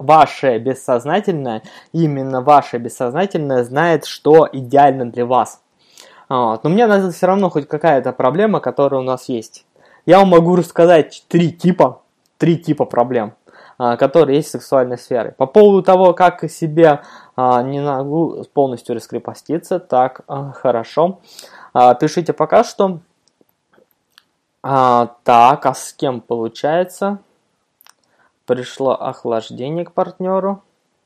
ваше бессознательное знает, что идеально для вас. Вот. Но мне надо все равно хоть какая-то проблема, которая у нас есть. Я вам могу рассказать три типа проблем, которые есть в сексуальной сфере. По поводу того, как себе не могу полностью раскрепоститься, так, хорошо. Пишите пока что. Так, а с кем получается? Пришло охлаждение к партнеру.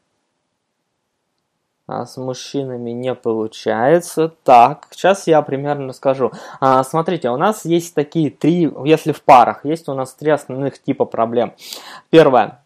А с мужчинами не получается. Так, сейчас я примерно скажу. Смотрите, у нас есть такие три, если в парах, есть у нас три основных типа проблем. Первое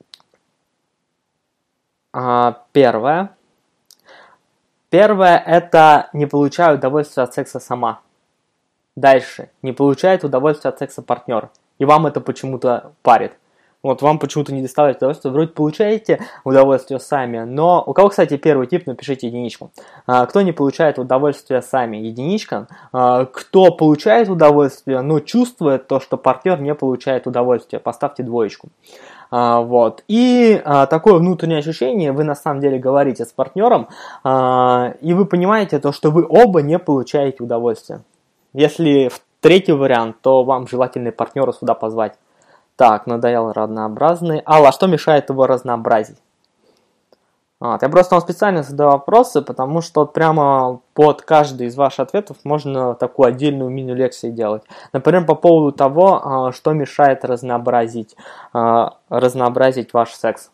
это не получаю удовольствия от секса сама. Дальше, не получает удовольствия от секса партнер. И вам это почему-то парит. Вот вам почему-то не доставляет удовольствия. Вроде получаете удовольствие сами, но... У кого, кстати, первый тип, напишите единичку. Кто не получает удовольствие сами, единичка. Кто получает удовольствие, но чувствует то, что партнер не получает удовольствия, поставьте двоечку. Вот. И такое внутреннее ощущение, вы на самом деле говорите с партнером, и вы понимаете то, что вы оба не получаете удовольствия. Если третий вариант, то вам желательно партнера сюда позвать. Так, надоело разнообразный. Алла, что мешает его разнообразить? Я просто вам специально задаю вопросы, потому что прямо под каждый из ваших ответов можно такую отдельную мини-лекцию делать. Например, по поводу того, что мешает разнообразить ваш секс.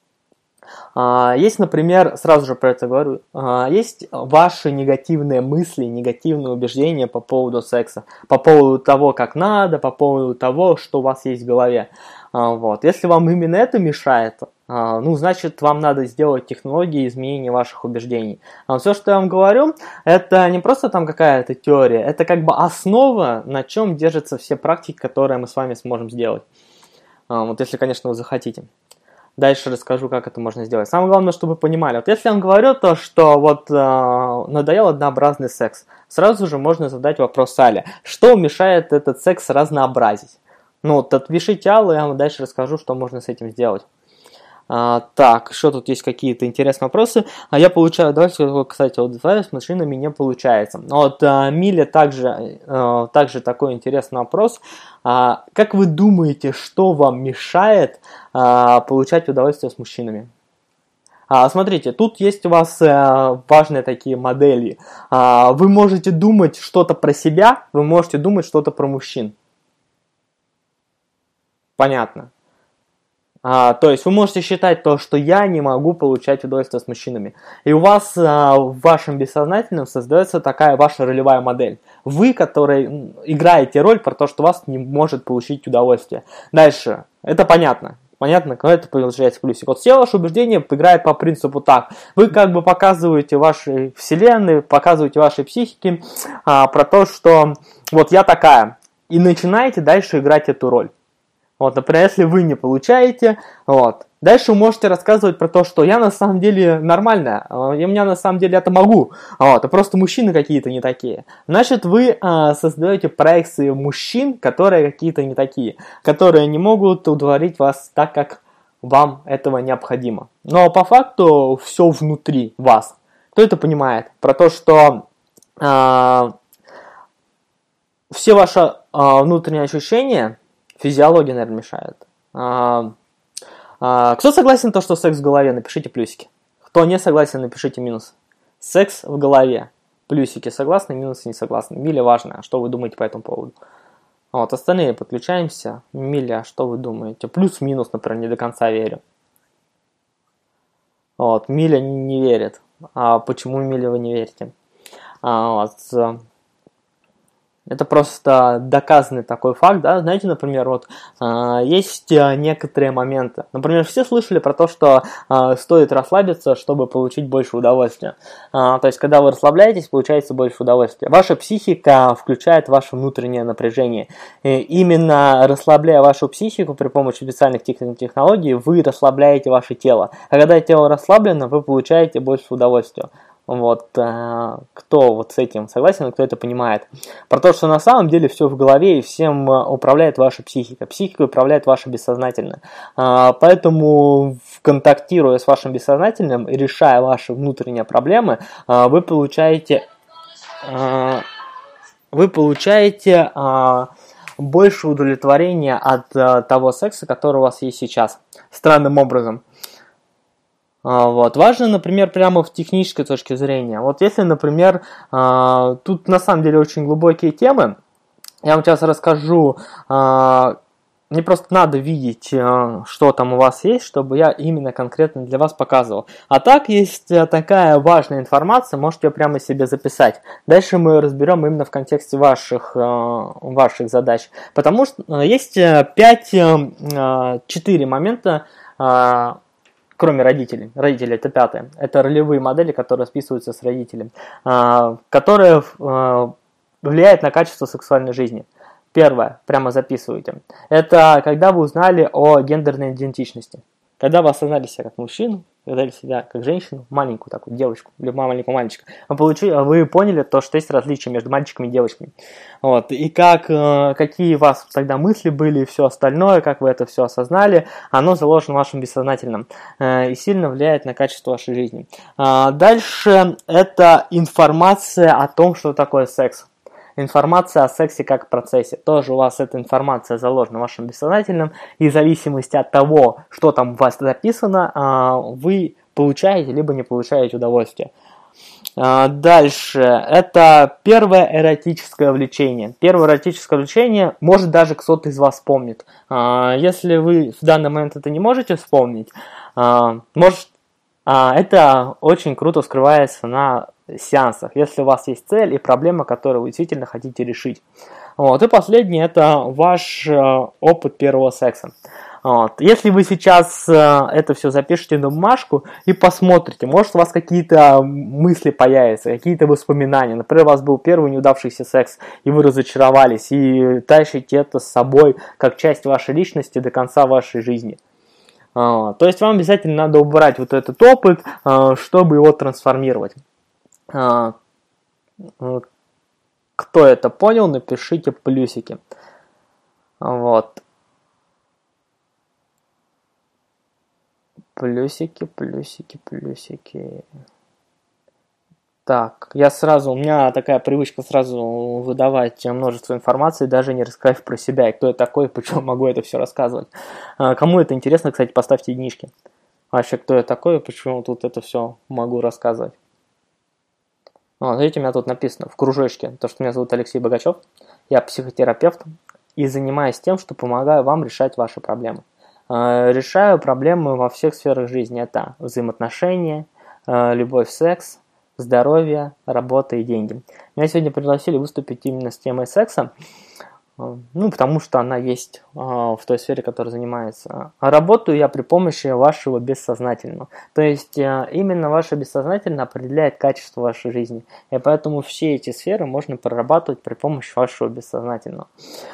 Есть, например, сразу же про это говорю, есть ваши негативные мысли, негативные убеждения по поводу секса, по поводу того, как надо, по поводу того, что у вас есть в голове. Вот. Если вам именно это мешает, значит, вам надо сделать технологии изменения ваших убеждений. Все, что я вам говорю, это не просто там какая-то теория, это как бы основа, на чем держатся все практики, которые мы с вами сможем сделать. Вот если, конечно, вы захотите. Дальше расскажу, как это можно сделать. Самое главное, чтобы вы понимали. Вот если я вам говорю то, что вот надоел однообразный секс, сразу же можно задать вопрос Алле. Что мешает этот секс разнообразить? Вот отпишите Аллу, я вам дальше расскажу, что можно с этим сделать. Так, что тут есть какие-то интересные вопросы. Я получаю удовольствие, кстати, с мужчинами не получается. Вот Миля также такой интересный вопрос. Как вы думаете, что вам мешает получать удовольствие с мужчинами? Смотрите, тут есть у вас важные такие модели. Вы можете думать что-то про себя, вы можете думать что-то про мужчин. Понятно. То есть вы можете считать то, что я не могу получать удовольствие с мужчинами. И у вас в вашем бессознательном создается такая ваша ролевая модель. Вы, который играете роль про то, что вас не может получить удовольствие. Дальше. Это понятно. Понятно, когда это получается плюсик. Вот все ваши убеждения играют по принципу так. Вы как бы показываете вашей вселенной, показываете вашей психике про то, что вот я такая. И начинаете дальше играть эту роль. Вот, например, если вы не получаете, вот. Дальше вы можете рассказывать про то, что я на самом деле нормальная, я на самом деле это могу, вот, а просто мужчины какие-то не такие. Значит, вы создаете проекции мужчин, которые какие-то не такие, которые не могут удовлетворить вас так, как вам этого необходимо. Но по факту все внутри вас. Кто это понимает? Про то, что все ваши внутренние ощущения, физиология, наверное, мешает. Кто согласен то, что секс в голове? Напишите плюсики. Кто не согласен, напишите минус. Секс в голове. Плюсики согласны, минусы не согласны. Миля, важно, что вы думаете по этому поводу. Вот, остальные подключаемся. Миля, что вы думаете? Плюс-минус, например, не до конца верю. Вот, Миля не верит. Почему, Миля, вы не верите? Это просто доказанный такой факт, да, знаете, например, вот есть некоторые моменты, например, все слышали про то, что стоит расслабиться, чтобы получить больше удовольствия, то есть, когда вы расслабляетесь, получается больше удовольствия, ваша психика включает ваше внутреннее напряжение, и именно расслабляя вашу психику при помощи специальных технологий, вы расслабляете ваше тело, а когда тело расслаблено, вы получаете больше удовольствия. Вот, кто вот с этим согласен, кто это понимает. Про то, что на самом деле все в голове и всем управляет ваша психика. Психика управляет ваше бессознательное. Поэтому, контактируя с вашим бессознательным и решая ваши внутренние проблемы, вы получаете больше удовлетворения от того секса, который у вас есть сейчас. Странным образом. Вот. Важно, например, прямо в технической точке зрения. Вот если, например, тут на самом деле очень глубокие темы, я вам сейчас расскажу, мне просто надо видеть, что там у вас есть, чтобы я именно конкретно для вас показывал. А так есть такая важная информация, можете ее прямо себе записать. Дальше мы ее разберем именно в контексте ваших задач. Потому что есть 4 момента, кроме родителей. Родители это 5. Это ролевые модели, которые списываются с родителями, которые влияют на качество сексуальной жизни. Первое, прямо записывайте. Это когда вы узнали о гендерной идентичности. Когда вы осознали себя как мужчину, когда себя как женщину, маленькую такую девочку, или маленького мальчика, вы поняли то, что есть различия между мальчиками и девочками. Вот. И какие у вас тогда мысли были и все остальное, как вы это все осознали, оно заложено в вашем бессознательном и сильно влияет на качество вашей жизни. Дальше это информация о том, что такое секс. Информация о сексе как процессе. Тоже у вас эта информация заложена в вашем бессознательном, и в зависимости от того, что там у вас записано, вы получаете либо не получаете удовольствие. Дальше. Это первое эротическое влечение. Первое эротическое влечение, может, даже кто-то из вас вспомнит. Если вы в данный момент это не можете вспомнить, это очень круто скрывается на сеансах, если у вас есть цель и проблема, которую вы действительно хотите решить. Вот. И последнее, это ваш опыт первого секса. Вот. Если вы сейчас это все запишете на бумажку и посмотрите, может у вас какие-то мысли появятся, какие-то воспоминания. Например, у вас был первый неудавшийся секс, и вы разочаровались, и тащите это с собой как часть вашей личности до конца вашей жизни. То есть вам обязательно надо убрать вот этот опыт, чтобы его трансформировать. Кто это понял, напишите плюсики. Вот. Плюсики. Так, у меня такая привычка сразу выдавать множество информации, даже не рассказав про себя, и кто я такой, почему могу это все рассказывать. Кому это интересно, кстати, поставьте единички. Вообще, кто я такой, почему тут это все могу рассказывать. Видите, у меня тут написано в кружочке, то, что меня зовут Алексей Богачев, я психотерапевт и занимаюсь тем, что помогаю вам решать ваши проблемы. Решаю проблемы во всех сферах жизни. Это взаимоотношения, любовь, секс, здоровье, работа и деньги. Меня сегодня пригласили выступить именно с темой секса, потому что она есть в той сфере, которой занимается. Работаю я при помощи вашего бессознательного. То есть именно ваше бессознательное определяет качество вашей жизни. И поэтому все эти сферы можно прорабатывать при помощи вашего бессознательного.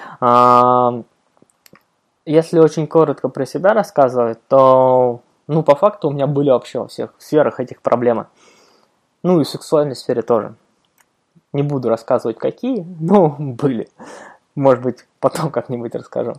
Если очень коротко про себя рассказывать, то по факту у меня были вообще во всех сферах этих проблемы. И в сексуальной сфере тоже. Не буду рассказывать какие, но были. Может быть, потом как-нибудь расскажу.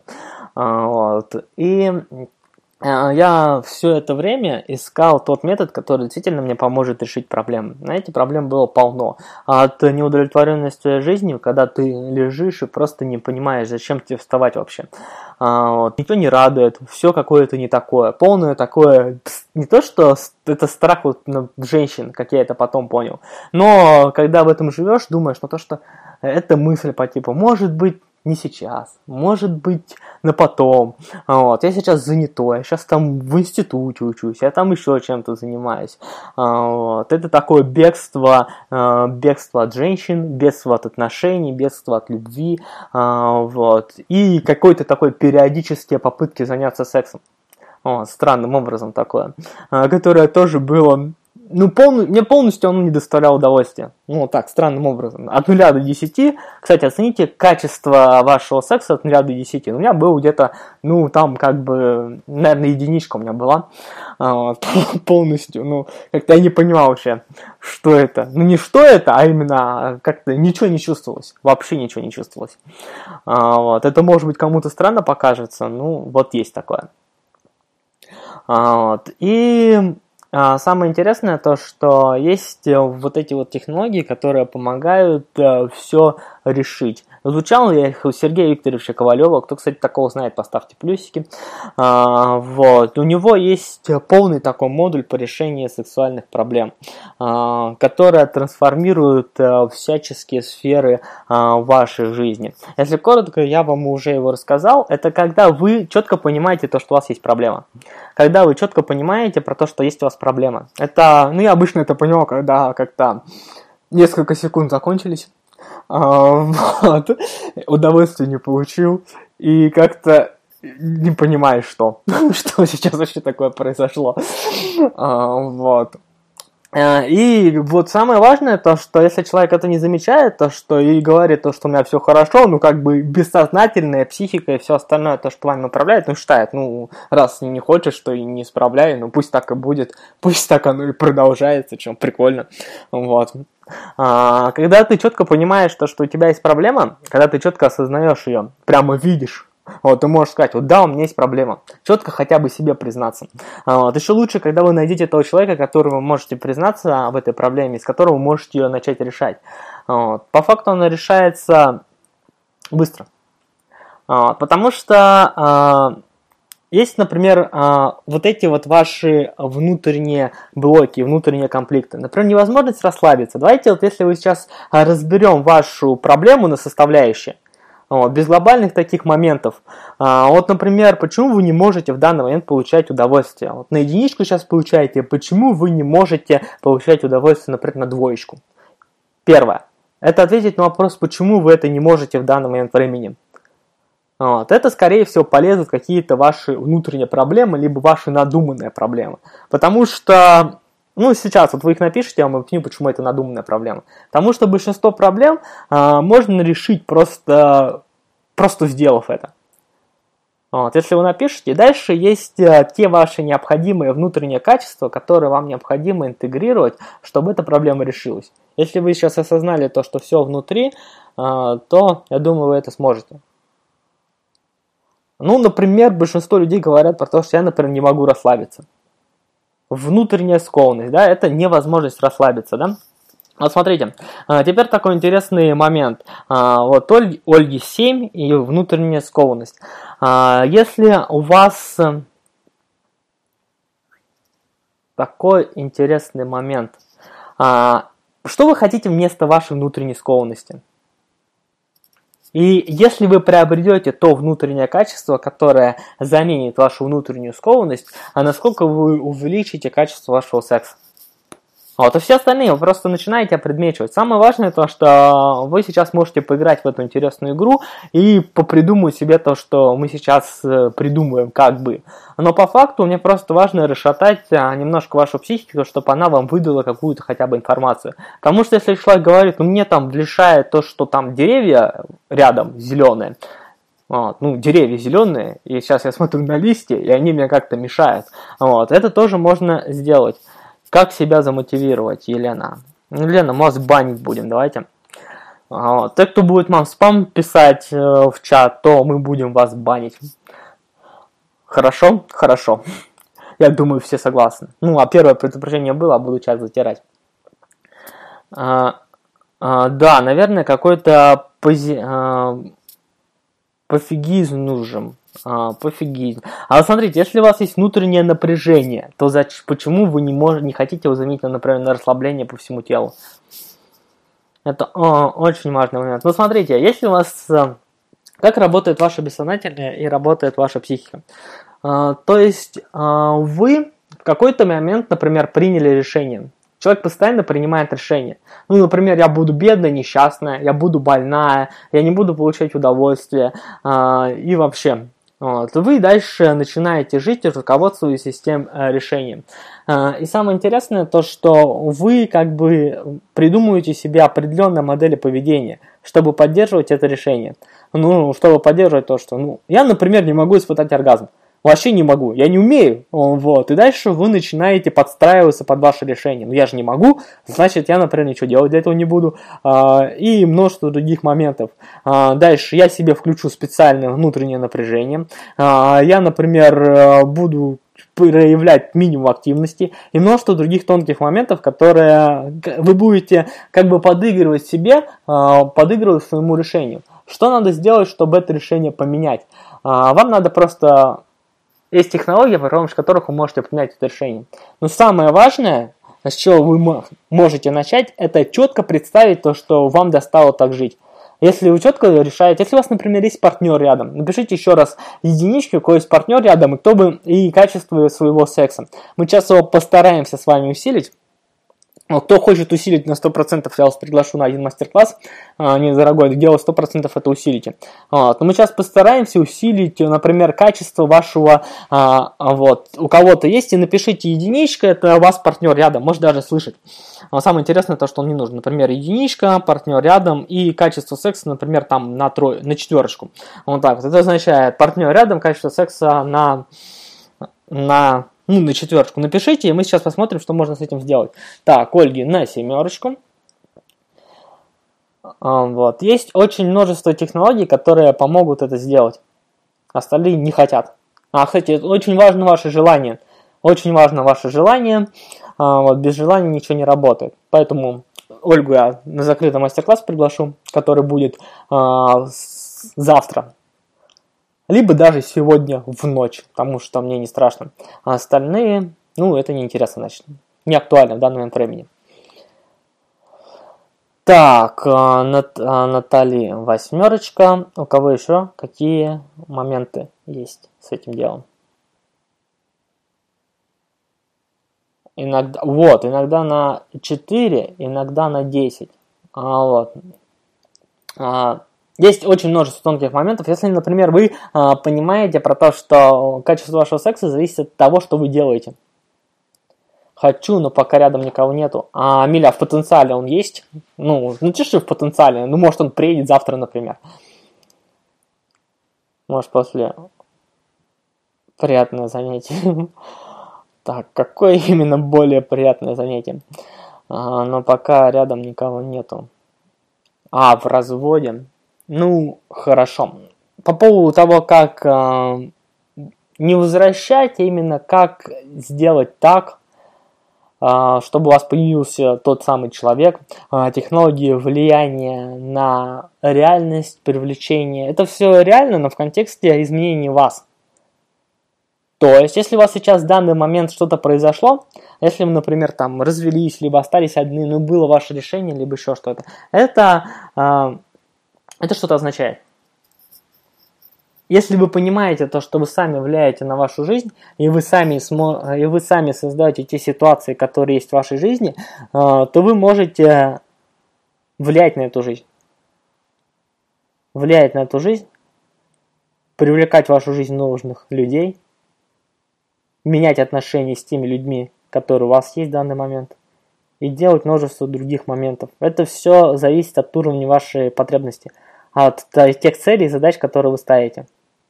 И я все это время искал тот метод, который действительно мне поможет решить проблемы. Знаете, проблем было полно. От неудовлетворенности жизнью, когда ты лежишь и просто не понимаешь, зачем тебе вставать вообще. Никто не радует, все какое-то не такое. Полное такое, не то, что это страх женщин, как я это потом понял. Но когда в этом живешь, думаешь, то, что это мысль по типу, может быть, не сейчас, может быть, на потом. Я сейчас занятой, я сейчас там в институте учусь, я там еще чем-то занимаюсь. Это такое бегство от женщин, бегство от отношений, бегство от любви. И какой-то такой периодические попытки заняться сексом. Странным образом такое. Которое тоже было мне полностью он не доставлял удовольствия. Ну, так, странным образом. От 0 до 10. Кстати, оцените качество вашего секса от 0 до 10. У меня был где-то, там наверное, единичка у меня была. Полностью. Как-то я не понимал вообще, что это. Не что это, а именно как-то ничего не чувствовалось. Вообще ничего не чувствовалось. Это, может быть, кому-то странно покажется. Вот есть такое. И самое интересное то, что есть вот эти вот технологии, которые помогают все решить. Звучал я их у Сергея Викторовича Ковалева. Кто, кстати, такого знает, поставьте плюсики. У него есть полный такой модуль по решению сексуальных проблем, которая трансформирует всяческие сферы вашей жизни. Если коротко, я вам уже его рассказал. Это когда вы четко понимаете то, что у вас есть проблема. Когда вы четко понимаете про то, что есть у вас проблема. Это, я обычно это понял, когда как-то несколько секунд закончились. Удовольствия не получил, и как-то не понимаешь, что сейчас вообще такое произошло. И вот самое важное, то, что если человек это не замечает, то, что и говорит, то, что у меня все хорошо, бессознательная психика и все остальное, то, что вами управляет, считает, раз не хочешь, то и не исправляй, пусть так и будет, пусть так оно и продолжается, чем прикольно, Когда ты четко понимаешь то, что у тебя есть проблема, когда ты четко осознаешь ее, прямо видишь, ты можешь сказать, да, у меня есть проблема. Четко хотя бы себе признаться. Еще лучше, когда вы найдете того человека, которому вы можете признаться в этой проблеме, с которого вы можете ее начать решать. По факту она решается быстро. Потому что есть, например, вот эти вот ваши внутренние блоки, внутренние конфликты. Например, невозможность расслабиться. Давайте если мы сейчас разберем вашу проблему на составляющие, без глобальных таких моментов. Например, почему вы не можете в данный момент получать удовольствие? На единичку сейчас получаете, почему вы не можете получать удовольствие, например, на двоечку? Первое. Это ответить на вопрос, почему вы это не можете в данный момент времени. Это, скорее всего, полезут какие-то ваши внутренние проблемы, либо ваши надуманные проблемы. Потому что, сейчас вы их напишите, я вам объясню, почему это надуманная проблема. Потому что большинство проблем можно решить просто сделав это. Если вы напишете, дальше есть те ваши необходимые внутренние качества, которые вам необходимо интегрировать, чтобы эта проблема решилась. Если вы сейчас осознали то, что все внутри, то, я думаю, вы это сможете. Например, большинство людей говорят про то, что я, например, не могу расслабиться. Внутренняя скованность, да, это невозможность расслабиться, да. Смотрите, теперь такой интересный момент. Ольги 7 и внутренняя скованность. Если у вас такой интересный момент, что вы хотите вместо вашей внутренней скованности? И если вы приобретете то внутреннее качество, которое заменит вашу внутреннюю скованность, насколько вы увеличите качество вашего секса? А все остальные вы просто начинаете опредмечивать. Самое важное то, что вы сейчас можете поиграть в эту интересную игру и попридумать себе то, что мы сейчас придумываем как бы. Но по факту мне просто важно расшатать немножко вашу психику, чтобы она вам выдала какую-то хотя бы информацию. Потому что если человек говорит, мне там лишает то, что там деревья рядом зеленые, деревья зеленые, и сейчас я смотрю на листья, и они мне как-то мешают. Это тоже можно сделать. Как себя замотивировать, Елена? Елена, мы вас банить будем, давайте. Те, кто будет нам спам писать в чат, то мы будем вас банить. Хорошо? Хорошо. Я думаю, все согласны. Первое предупреждение было, буду чат затирать. Да, наверное, какой-то пофигизм нужен. Пофигизм. Смотрите, если у вас есть внутреннее напряжение, то почему вы не хотите его заменить, например, на расслабление по всему телу? Это очень важный момент. Смотрите, если у вас... Как работает ваше бессознательное и работает ваша психика? То есть вы в какой-то момент, например, приняли решение. Человек постоянно принимает решения. Например, я буду бедная, несчастная, я буду больная, я не буду получать удовольствие и вообще... Вот. Вы дальше начинаете жить, руководствуясь системой решений. И самое интересное то, что вы как бы придумываете себе определенные модели поведения, чтобы поддерживать это решение. Ну, чтобы поддерживать то, что, я, например, не могу испытать оргазм. Вообще не могу, я не умею, вот, и дальше вы начинаете подстраиваться под ваше решение. Я же не могу, значит, я, например, ничего делать для этого не буду, и множество других моментов. Дальше я себе включу специальное внутреннее напряжение, я, например, буду проявлять минимум активности и множество других тонких моментов, которые вы будете как бы подыгрывать себе, подыгрывать своему решению. Что надо сделать, чтобы это решение поменять? Вам надо просто... Есть технологии, при помощи которых вы можете поменять это решение. Но самое важное, с чего вы можете начать, это четко представить то, что вам достало так жить. Если вы четко решаете, если у вас, например, есть партнер рядом, напишите еще раз единички, у кого есть партнер рядом, и качество своего секса. Мы сейчас его постараемся с вами усилить. Кто хочет усилить на 100%, я вас приглашу на один мастер-класс, недорогой, где вы 100% это усилите. Но мы сейчас постараемся усилить, например, качество вашего, у кого-то есть, и напишите единичка, это у вас партнер рядом, может даже слышать. Самое интересное то, что он не нужен. Например, единичка, партнер рядом и качество секса, например, там на 4. Вот так вот. Это означает партнер рядом, качество секса на 4. Напишите, и мы сейчас посмотрим, что можно с этим сделать. Так, Ольги на 7. Вот. Есть очень множество технологий, которые помогут это сделать. Остальные не хотят. Кстати, очень важно ваше желание. Очень важно ваше желание. Вот, без желания ничего не работает. Поэтому Ольгу я на закрытый мастер-класс приглашу, который будет завтра. Либо даже сегодня в ночь, потому что мне не страшно. А остальные, это неинтересно, значит. Не актуально в данный момент времени. Так, Наталья 8. У кого еще какие моменты есть с этим делом? Иногда на 4, иногда на 10. Есть очень множество тонких моментов. Если, например, вы понимаете про то, что качество вашего секса зависит от того, что вы делаете. Хочу, но пока рядом никого нету. Миля, в потенциале он есть? Напиши в потенциале. Может, он приедет завтра, например. Может, после. Приятное занятие. Так, какое именно более приятное занятие? Но пока рядом никого нету. В разводе. Хорошо. По поводу того, как не возвращать, а именно как сделать так, чтобы у вас появился тот самый человек, технологии влияния на реальность, привлечение. Это все реально, но в контексте изменения вас. То есть, если у вас сейчас в данный момент что-то произошло, если вы, например, там развелись, либо остались одни, было ваше решение, либо еще что-то, это что-то означает. Если вы понимаете то, что вы сами влияете на вашу жизнь, и вы сами создаете те ситуации, которые есть в вашей жизни, то вы можете влиять на эту жизнь. Влиять на эту жизнь, привлекать в вашу жизнь нужных людей, менять отношения с теми людьми, которые у вас есть в данный момент, и делать множество других моментов. Это все зависит от уровня вашей потребности, от тех целей и задач, которые вы ставите.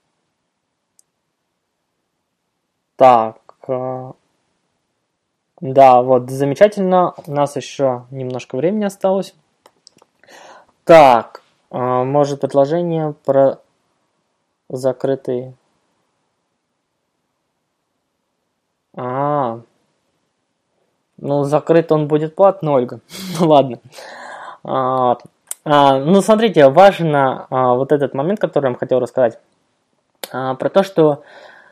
Так, замечательно. У нас еще немножко времени осталось. Так, может предложение про закрытый... закрыт он будет платно, Ольга. Ладно. Смотрите, важно вот этот момент, который я вам хотел рассказать. Про то, что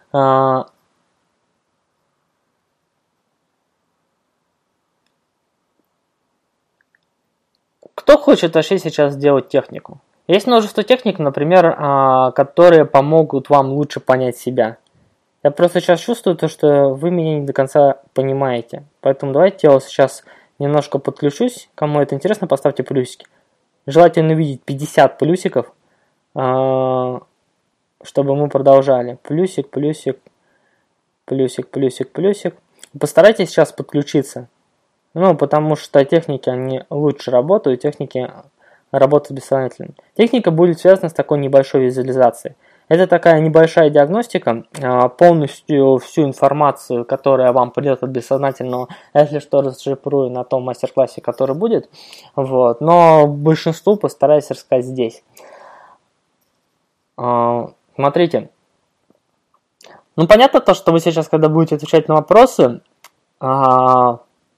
кто хочет вообще сейчас сделать технику? Есть множество техник, например, которые помогут вам лучше понять себя. Я просто сейчас чувствую то, что вы меня не до конца понимаете. Поэтому давайте я сейчас немножко подключусь. Кому это интересно, поставьте плюсики. Желательно увидеть 50 плюсиков. чтобы мы продолжали. Плюсик, плюсик, плюсик, плюсик, плюсик. Постарайтесь сейчас подключиться. Ну, потому что техники, они лучше работают, техники работают бессознательно. Техника будет связана с такой небольшой визуализацией. Это такая небольшая диагностика, полностью всю информацию, которая вам придет от бессознательного, если что, расшифрую на том мастер-классе, который будет. Вот. Но большинству постараюсь рассказать здесь. Смотрите. Ну, понятно то, что вы сейчас, когда будете отвечать на вопросы, про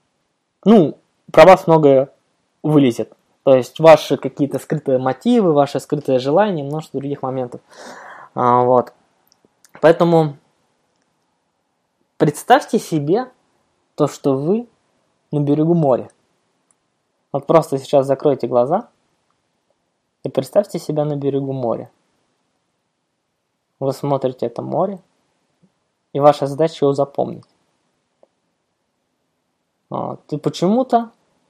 вас многое вылезет. То есть ваши какие-то скрытые мотивы, ваши скрытые желания, множество других моментов. Вот. Поэтому представьте себе то, что вы на берегу моря. Вот просто сейчас закройте глаза и представьте себя на берегу моря. Вы смотрите это море, и ваша задача его запомнить. Вот. И почему-то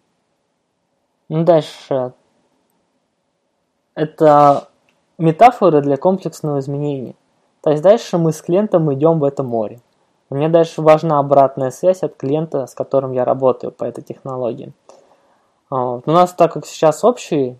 дальше это метафора для комплексного изменения. То есть дальше мы с клиентом идем в это море. Мне дальше важна обратная связь от клиента, с которым я работаю по этой технологии. Вот. У нас, так как сейчас общая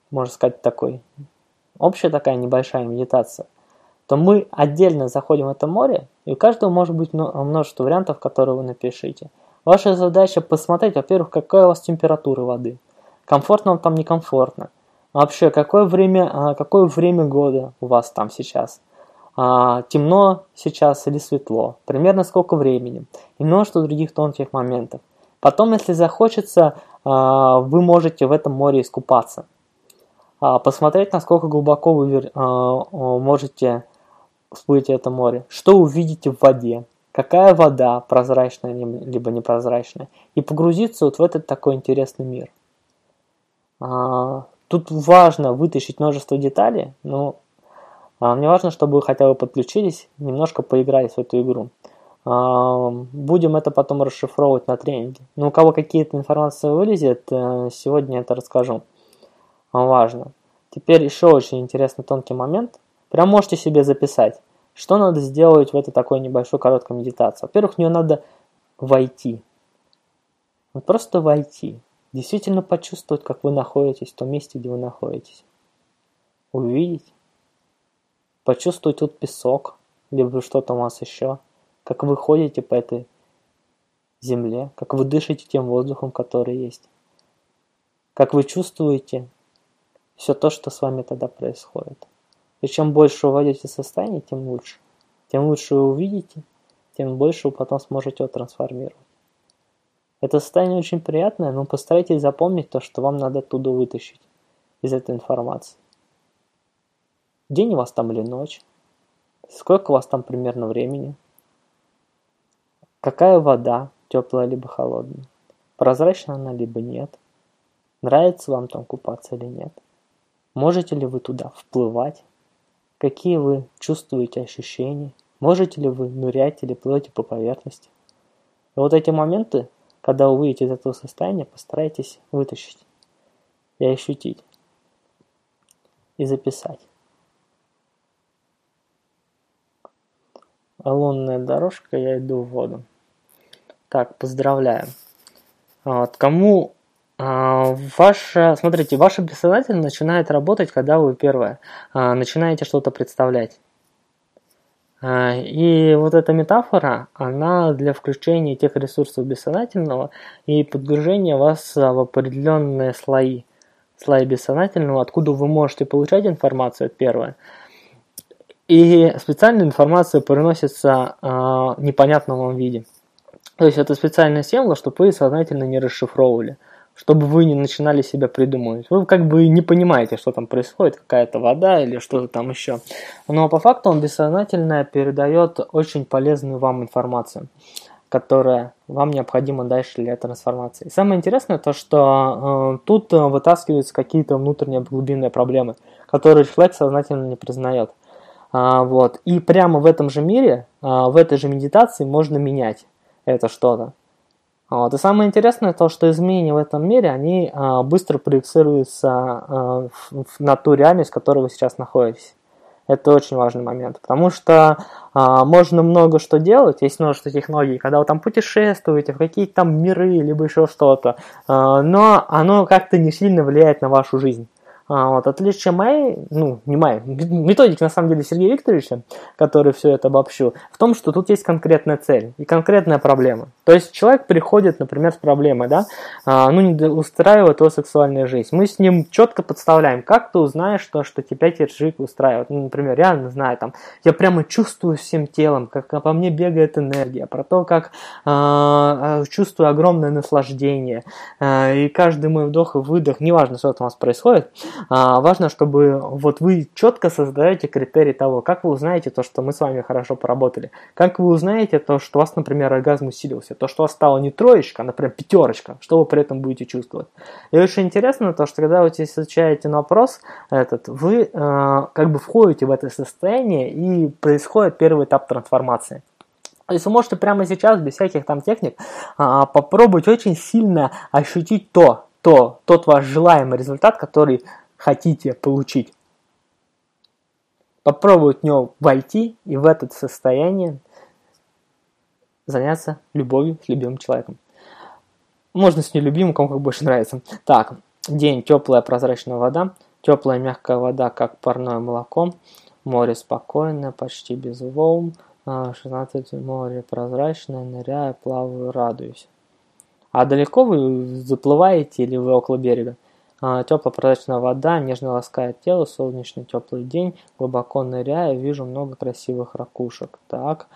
такая небольшая медитация, то мы отдельно заходим в это море, и у каждого может быть множество вариантов, которые вы напишите. Ваша задача посмотреть, во-первых, какая у вас температура воды, комфортно вам там, некомфортно. Вообще, какое время года у вас там сейчас? Темно сейчас или светло? Примерно сколько времени? И множество других тонких моментов. Потом, если захочется, вы можете в этом море искупаться. Посмотреть, насколько глубоко вы можете всплыть в это море. Что увидите в воде? Какая вода, прозрачная либо непрозрачная? И погрузиться вот в этот такой интересный мир. Тут важно вытащить множество деталей, но мне важно, чтобы вы хотя бы подключились, немножко поиграли в эту игру. Будем это потом расшифровывать на тренинге. Но у кого какие-то информации вылезет, сегодня это расскажу. Важно. Теперь еще очень интересный тонкий момент. Прям можете себе записать, что надо сделать в этой такой небольшой короткой медитации. Во-первых, в нее надо войти. Вот просто войти. Действительно почувствовать, как вы находитесь в том месте, где вы находитесь. Увидеть. Почувствовать тут песок, либо что-то у вас еще. Как вы ходите по этой земле, как вы дышите тем воздухом, который есть. Как вы чувствуете все то, что с вами тогда происходит. И чем больше вы войдете в состояние, тем лучше. Тем лучше вы увидите, тем больше вы потом сможете его трансформировать. Это состояние очень приятное, но постарайтесь запомнить то, что вам надо оттуда вытащить из этой информации. День у вас там или ночь? Сколько у вас там примерно времени? Какая вода, теплая либо холодная? Прозрачна она либо нет? Нравится вам там купаться или нет? Можете ли вы туда вплывать? Какие вы чувствуете ощущения? Можете ли вы нырять или плывете по поверхности? И вот эти моменты, когда вы выйдете из этого состояния, постарайтесь вытащить и ощутить. И записать. Лунная дорожка, я иду в воду. Так, поздравляю. Вот, смотрите, ваше бессознательное начинает работать, когда вы начинаете что-то представлять. И вот эта метафора, она для включения тех ресурсов бессознательного и погружения вас в определенные слои бессознательного, откуда вы можете получать информацию, первое. И специальная информация приносится в непонятном вам виде. То есть это специальная символ, чтобы вы сознательно не расшифровывали, чтобы вы не начинали себя придумывать. Вы как бы не понимаете, что там происходит, какая-то вода или что-то там еще. Но по факту он бессознательно передает очень полезную вам информацию, которая вам необходима дальше для трансформации. И самое интересное то, что тут вытаскиваются какие-то внутренние глубинные проблемы, которые человек сознательно не признает. Вот. И прямо в этом же мире, в этой же медитации можно менять это что-то. Вот. И самое интересное то, что изменения в этом мире, они быстро проецируются на ту реальность, в которой вы сейчас находитесь. Это очень важный момент, потому что можно много что делать, есть множество технологий, когда вы там путешествуете в какие-то там миры, либо еще что-то, но оно как-то не сильно влияет на вашу жизнь. Вот, отличие методики, на самом деле, Сергея Викторовича, который все это обобщил, в том, что тут есть конкретная цель и конкретная проблема. То есть человек приходит, например, с проблемой, да, не устраивает его сексуальная жизнь. Мы с ним четко подставляем, как ты узнаешь то, что тебя тержик устраивает. Ну, например, реально знаю, там, я прямо чувствую всем телом, как по мне бегает энергия, про то, как чувствую огромное наслаждение, и каждый мой вдох и выдох, неважно, что там у вас происходит, важно, чтобы вот вы четко создаете критерии того, как вы узнаете то, что мы с вами хорошо поработали, как вы узнаете то, что у вас, например, оргазм усилился, то, что у вас стало не троечка, а, например, пятерочка, что вы при этом будете чувствовать. И очень интересно то, что когда вы отвечаете на вопрос этот, вы как бы входите в это состояние и происходит первый этап трансформации. То есть вы можете прямо сейчас, без всяких там техник, попробовать очень сильно ощутить тот ваш желаемый результат, который хотите получить. Попробовать в него войти и в это состояние заняться любовью с любимым человеком. Можно с нелюбимым, кому как больше нравится. Так, день, теплая прозрачная вода, теплая мягкая вода, как парное молоко, море спокойное, почти без волн, 16 море прозрачное, ныряю, плаваю, радуюсь. А далеко вы заплываете или вы около берега? Теплая прозрачная вода, нежно ласкает тело, солнечный теплый день, глубоко ныряю, вижу много красивых ракушек. Так,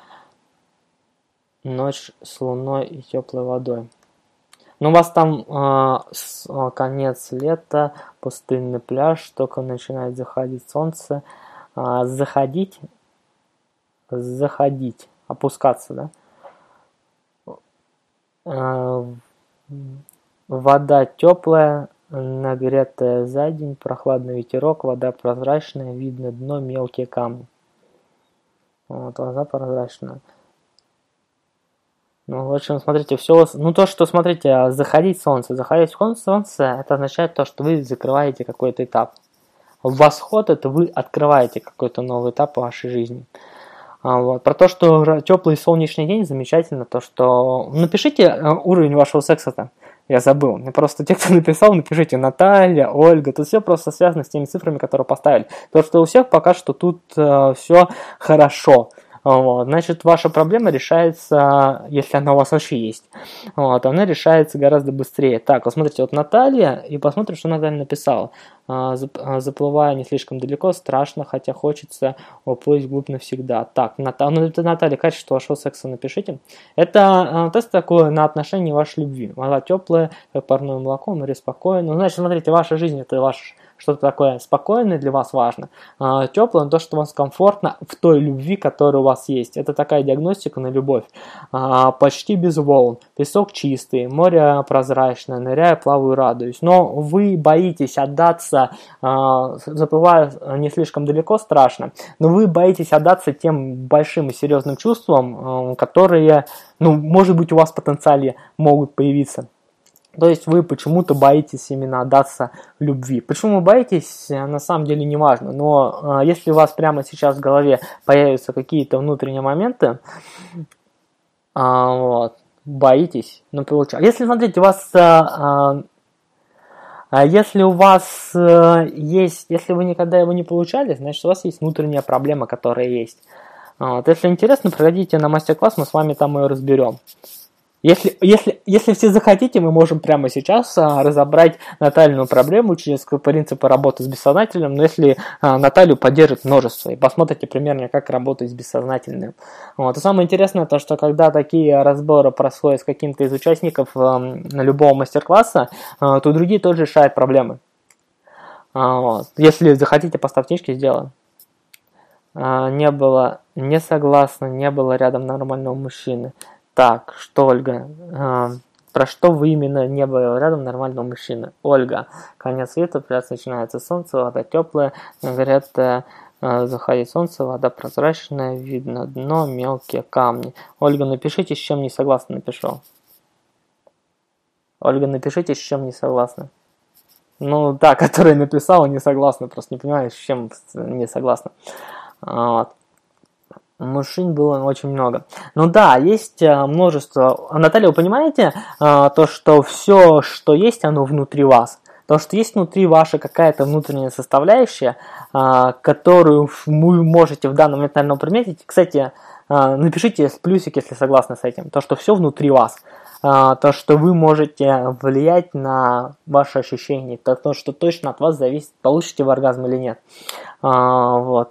ночь с луной и теплой водой. Ну, у вас там конец лета, пустынный пляж, только начинает заходить солнце. Заходить, опускаться, да? Вода теплая, нагретая за день, прохладный ветерок, вода прозрачная, видно дно, мелкие камни. Вот, вода прозрачная. Ну, в общем, смотрите, все, смотрите, заходить солнце, это означает то, что вы закрываете какой-то этап. Восход – это вы открываете какой-то новый этап в вашей жизни. Вот. Про то, что теплый солнечный день, замечательно, то, что... Напишите уровень вашего секса-то. Я забыл. Просто те, кто написал, напишите Наталья, Ольга. Тут все просто связано с теми цифрами, которые поставили. То, что у всех пока что тут все хорошо. Вот. Значит, ваша проблема решается, если она у вас вообще есть. Вот. Она решается гораздо быстрее. Так, вот смотрите, вот Наталья, и посмотрим, что Наталья написала. Заплывая не слишком далеко, страшно, хотя хочется уплыть вглубь навсегда. Так, Наталья, качество вашего секса напишите. Это тест такой на отношение вашей любви. Вода теплая, как парное молоко, море спокойно. Значит, смотрите, ваша жизнь – это ваш что-то такое спокойное для вас важно. Теплое, то, что у вас комфортно в той любви, которая у вас есть. Это такая диагностика на любовь. Почти без волн, песок чистый, море прозрачное, ныряю, плаваю, радуюсь. Но вы боитесь отдаться, заплывая не слишком далеко, страшно, но вы боитесь отдаться тем большим и серьезным чувствам, которые, может быть, у вас в потенциале могут появиться. То есть вы почему-то боитесь именно отдаться любви. Почему вы боитесь, на самом деле не важно. Но если у вас прямо сейчас в голове появятся какие-то внутренние моменты, боитесь, получается. Если, смотрите, если вы никогда его не получали, значит, у вас есть внутренняя проблема, которая есть. Если интересно, приходите на мастер-класс, мы с вами там ее разберем. Если все захотите, мы можем прямо сейчас разобрать Наталью проблему через принципы работы с бессознательным, но если Наталью поддержит множество, и посмотрите примерно, как работать с бессознательным. Вот. И самое интересное, то, что когда такие разборы происходят с каким-то из участников любого мастер-класса, то другие тоже решают проблемы. Вот. Если захотите, поставьте книжки, сделаем. Не согласна, не было рядом нормального мужчины. Так, что, Ольга, про что вы именно не было рядом нормального мужчины? Ольга, конец света, пляс начинается солнце, вода теплая, нагретая, заходит солнце, вода прозрачная, видно дно, мелкие камни. Ольга, напишите, с чем не согласна, напишу. Ольга, напишите, с чем не согласна. Та, которая написала, не согласна, просто не понимаю, с чем не согласна. Вот. Мужчин было очень много. Ну да, есть множество. Наталья, вы понимаете, то, что все, что есть, оно внутри вас. То, что есть внутри ваша какая-то внутренняя составляющая, которую вы можете в данный момент, наверное, приметить. Кстати, напишите плюсик, если согласны с этим. То, что все внутри вас. То, что вы можете влиять на ваши ощущения. То, что точно от вас зависит, получите вы оргазм или нет. Вот.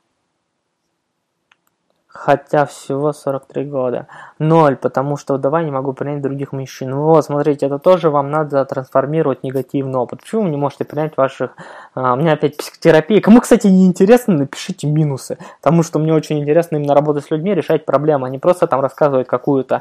Хотя всего 43 года. 0, потому что вдова не могу принять других мужчин. Вот, смотрите, это тоже вам надо трансформировать негативный опыт. Почему вы не можете принять ваших... У меня опять психотерапия. Кому, кстати, не интересно, напишите минусы. Потому что мне очень интересно именно работать с людьми, решать проблемы, а не просто там рассказывать какую-то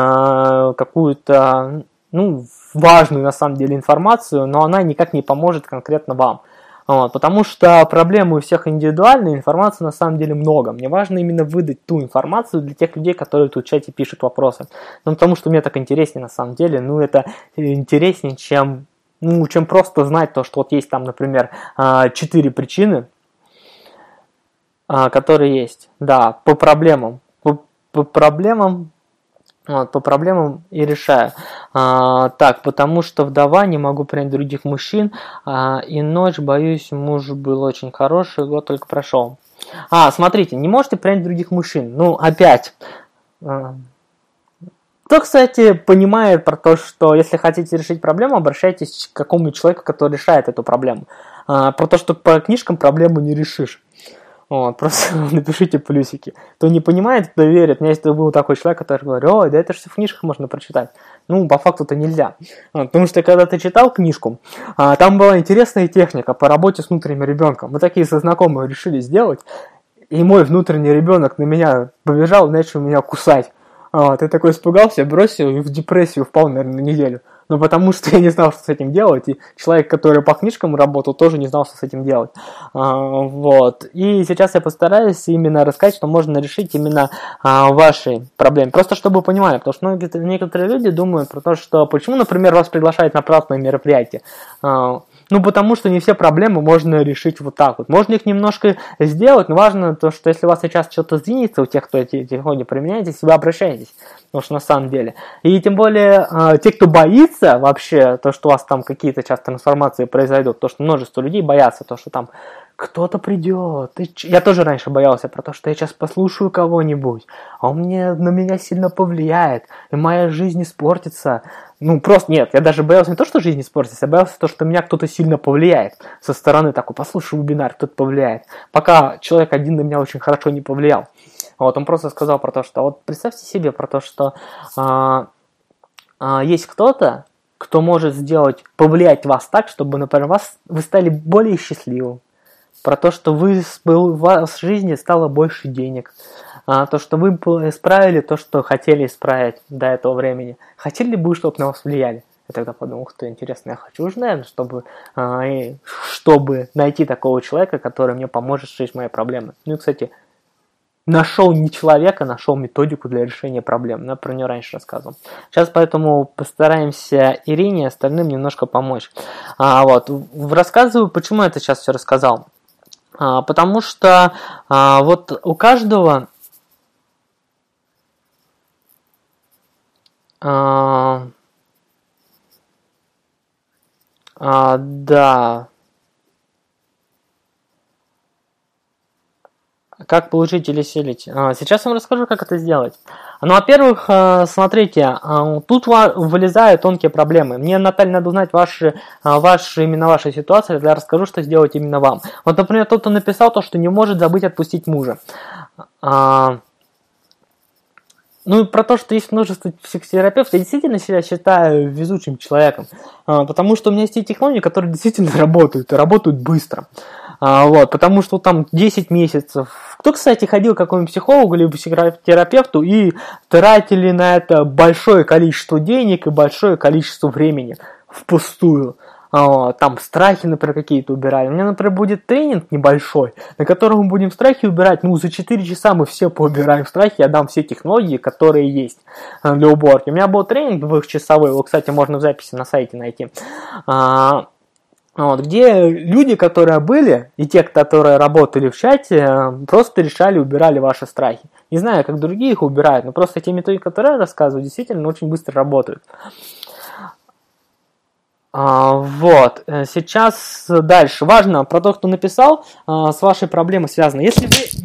важную на самом деле информацию, но она никак не поможет конкретно вам. Вот, потому что проблемы у всех индивидуальные, информации на самом деле много. Мне важно именно выдать ту информацию для тех людей, которые тут в чате пишут вопросы. Ну, потому что мне так интереснее на самом деле. Ну, это интереснее, чем просто знать то, что вот есть там, например, 4 причины, которые есть. Да, по проблемам. По проблемам и решаю. Так, потому что вдова, не могу принять других мужчин, и ночь, боюсь, муж был очень хороший, год только прошел. Смотрите, не можете принять других мужчин. Ну, опять. Кто, кстати, понимает про то, что если хотите решить проблему, обращайтесь к какому-нибудь человеку, который решает эту проблему. Про то, что по книжкам проблему не решишь. Вот, просто напишите плюсики. Кто не понимает, кто верит. У меня есть был такой человек, который говорит: ой, да это же все в книжках можно прочитать. Ну, по факту-то нельзя. Потому что когда ты читал книжку, там была интересная техника по работе с внутренним ребенком. Мы такие со знакомыми решили сделать, и мой внутренний ребенок на меня побежал и начал меня кусать. Ты такой испугался, бросил и в депрессию впал, наверное, на неделю. Ну, потому что я не знал, что с этим делать, и человек, который по книжкам работал, тоже не знал, что с этим делать. Вот. И сейчас я постараюсь именно рассказать, что можно решить именно ваши проблемы. Просто чтобы вы понимали, потому что некоторые люди думают про то, что почему, например, вас приглашают на платное мероприятие. Ну, потому что не все проблемы можно решить вот так вот. Можно их немножко сделать, но важно то, что если у вас сейчас что-то сдвинется, у тех, кто эти технологии применяете, вы обращаетесь. Потому что на самом деле. И тем более, те, кто боится вообще, то, что у вас там какие-то сейчас трансформации произойдут, то, что множество людей боятся, то, что там кто-то придет. Я тоже раньше боялся про то, что я сейчас послушаю кого-нибудь, а он на меня сильно повлияет, и моя жизнь испортится. Ну, просто нет, я даже боялся не то, что жизнь испортится, я боялся то, что меня кто-то сильно повлияет. Со стороны такой, послушай вебинар, кто-то повлияет. Пока человек один на меня очень хорошо не повлиял. Вот, он просто сказал про то, что вот представьте себе про то, что есть кто-то, кто может повлиять вас так, чтобы, например, вы стали более счастливым. Про то, что у вас в жизни стало больше денег. То, что вы исправили то, что хотели исправить до этого времени. Хотели ли бы, чтобы на вас влияли? Я тогда подумал, ух ты, интересно, я хочу уже, наверное, чтобы найти такого человека, который мне поможет решить мои проблемы. Ну и, кстати, нашел не человека, нашел методику для решения проблем. Я про нее раньше рассказывал. Сейчас поэтому постараемся Ирине и остальным немножко помочь. Рассказываю, почему я это сейчас все рассказал. Потому что вот у каждого да. Как получить или селить? Сейчас я вам расскажу, как это сделать. Ну, во-первых, смотрите, тут вылезают тонкие проблемы. Мне, Наталья, надо узнать именно ваши ситуации, тогда я расскажу, что сделать именно вам. Вот, например, тот, кто написал то, что не может забыть отпустить мужа. Ну и про то, что есть множество психотерапевтов, я действительно себя считаю везучим человеком. Потому что у меня есть те технологии, которые действительно работают, и работают быстро. Потому что там 10 месяцев. Кто, кстати, ходил к какому-нибудь психологу или психотерапевту и тратили на это большое количество денег и большое количество времени впустую. Там страхи, например, какие-то убирали. У меня, например, будет тренинг небольшой, на котором мы будем страхи убирать. За 4 часа мы все поубираем страхи, я дам все технологии, которые есть для уборки. У меня был тренинг 2-часовой, его, кстати, можно в записи на сайте найти. Вот, где люди, которые были, и те, которые работали в чате, просто решали, убирали ваши страхи. Не знаю, как другие их убирают, но просто те методики, которые я рассказываю, действительно очень быстро работают. Вот, сейчас дальше. Важно про то, кто написал, с вашей проблемой связано. Если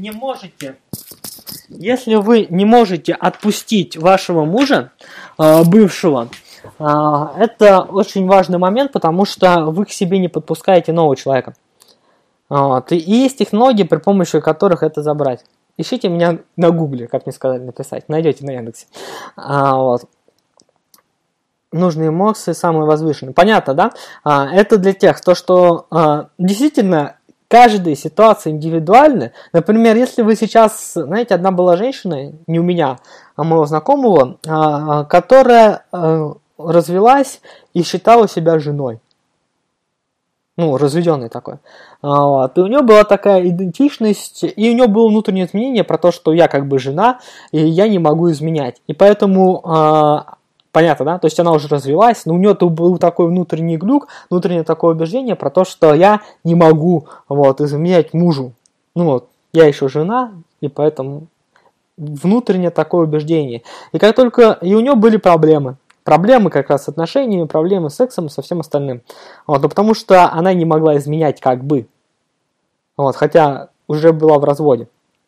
вы не можете отпустить вашего мужа, бывшего, это очень важный момент, потому что вы к себе не подпускаете нового человека. Вот. И есть технологии, при помощи которых это забрать. Ищите меня на гугле, как мне сказали написать. Найдете на Яндексе. Вот. Нужные эмоции, самые возвышенные. Понятно, да? Это для тех, что действительно каждая ситуация индивидуальна. Например, если вы сейчас, знаете, одна была женщина, не у меня, а моего знакомого, которая развелась и считала себя женой. Ну, разведенный такой. Вот. И у нее была такая идентичность, и у нее было внутреннее изменение про то, что я как бы жена, и я не могу изменять. И поэтому, понятно, да? То есть она уже развелась, но у нее был такой внутренний глюк, внутреннее такое убеждение про то, что я не могу вот, изменять мужу. Ну вот, я еще жена, и поэтому внутреннее такое убеждение. И как только... И у нее были проблемы. Проблемы как раз с отношениями, проблемы с сексом и со всем остальным. Вот, но потому что она не могла изменять как бы. Вот, хотя уже была в разводе.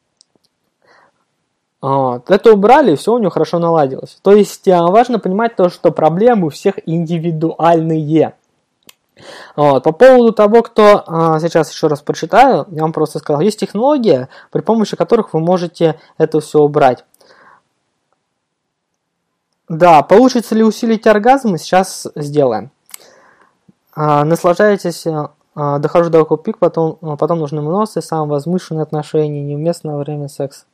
Вот, это убрали, и все у нее хорошо наладилось. То есть важно понимать то, что проблемы у всех индивидуальные. Вот, по поводу того, кто сейчас еще раз прочитаю, я вам просто сказал, есть технология, при помощи которых вы можете это все убрать. Да, получится ли усилить оргазм, сейчас сделаем. Наслаждаетесь, дохожу до около пик, потом нужны эмоции, самые возвышенные отношения, неуместно во время секса.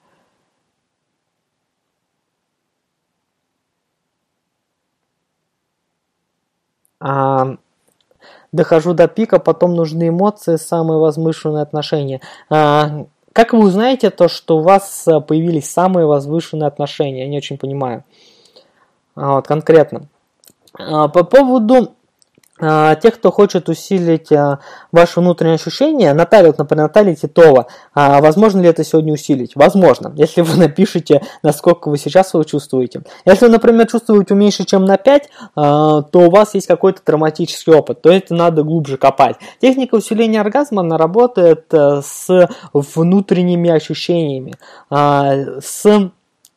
Дохожу до пика, потом нужны эмоции, самые возвышенные отношения. Как вы узнаете то, что у вас появились самые возвышенные отношения? Я не очень понимаю. Вот, конкретно. По поводу тех, кто хочет усилить ваши внутренние ощущения, Наталья Титова, возможно ли это сегодня усилить? Возможно, если вы напишите, насколько вы сейчас его чувствуете. Если вы, например, чувствуете меньше, чем на 5, то у вас есть какой-то травматический опыт, то это надо глубже копать. Техника усиления оргазма, она работает с внутренними ощущениями, ну,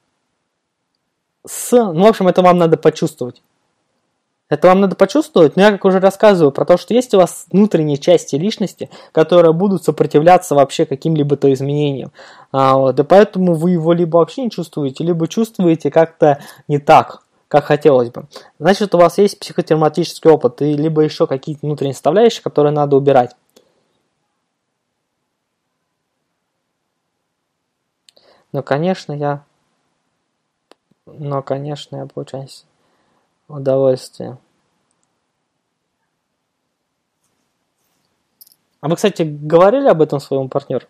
в общем, это вам надо почувствовать. Это вам надо почувствовать, но я как уже рассказываю про то, что есть у вас внутренние части личности, которые будут сопротивляться вообще каким-либо то изменениям. Вот, и поэтому вы его либо вообще не чувствуете, либо чувствуете как-то не так, как хотелось бы. Значит, у вас есть психотравматический опыт, и либо еще какие-то внутренние составляющие, которые надо убирать. Но, конечно, я получаю удовольствие. А вы, кстати, говорили об этом своему партнеру?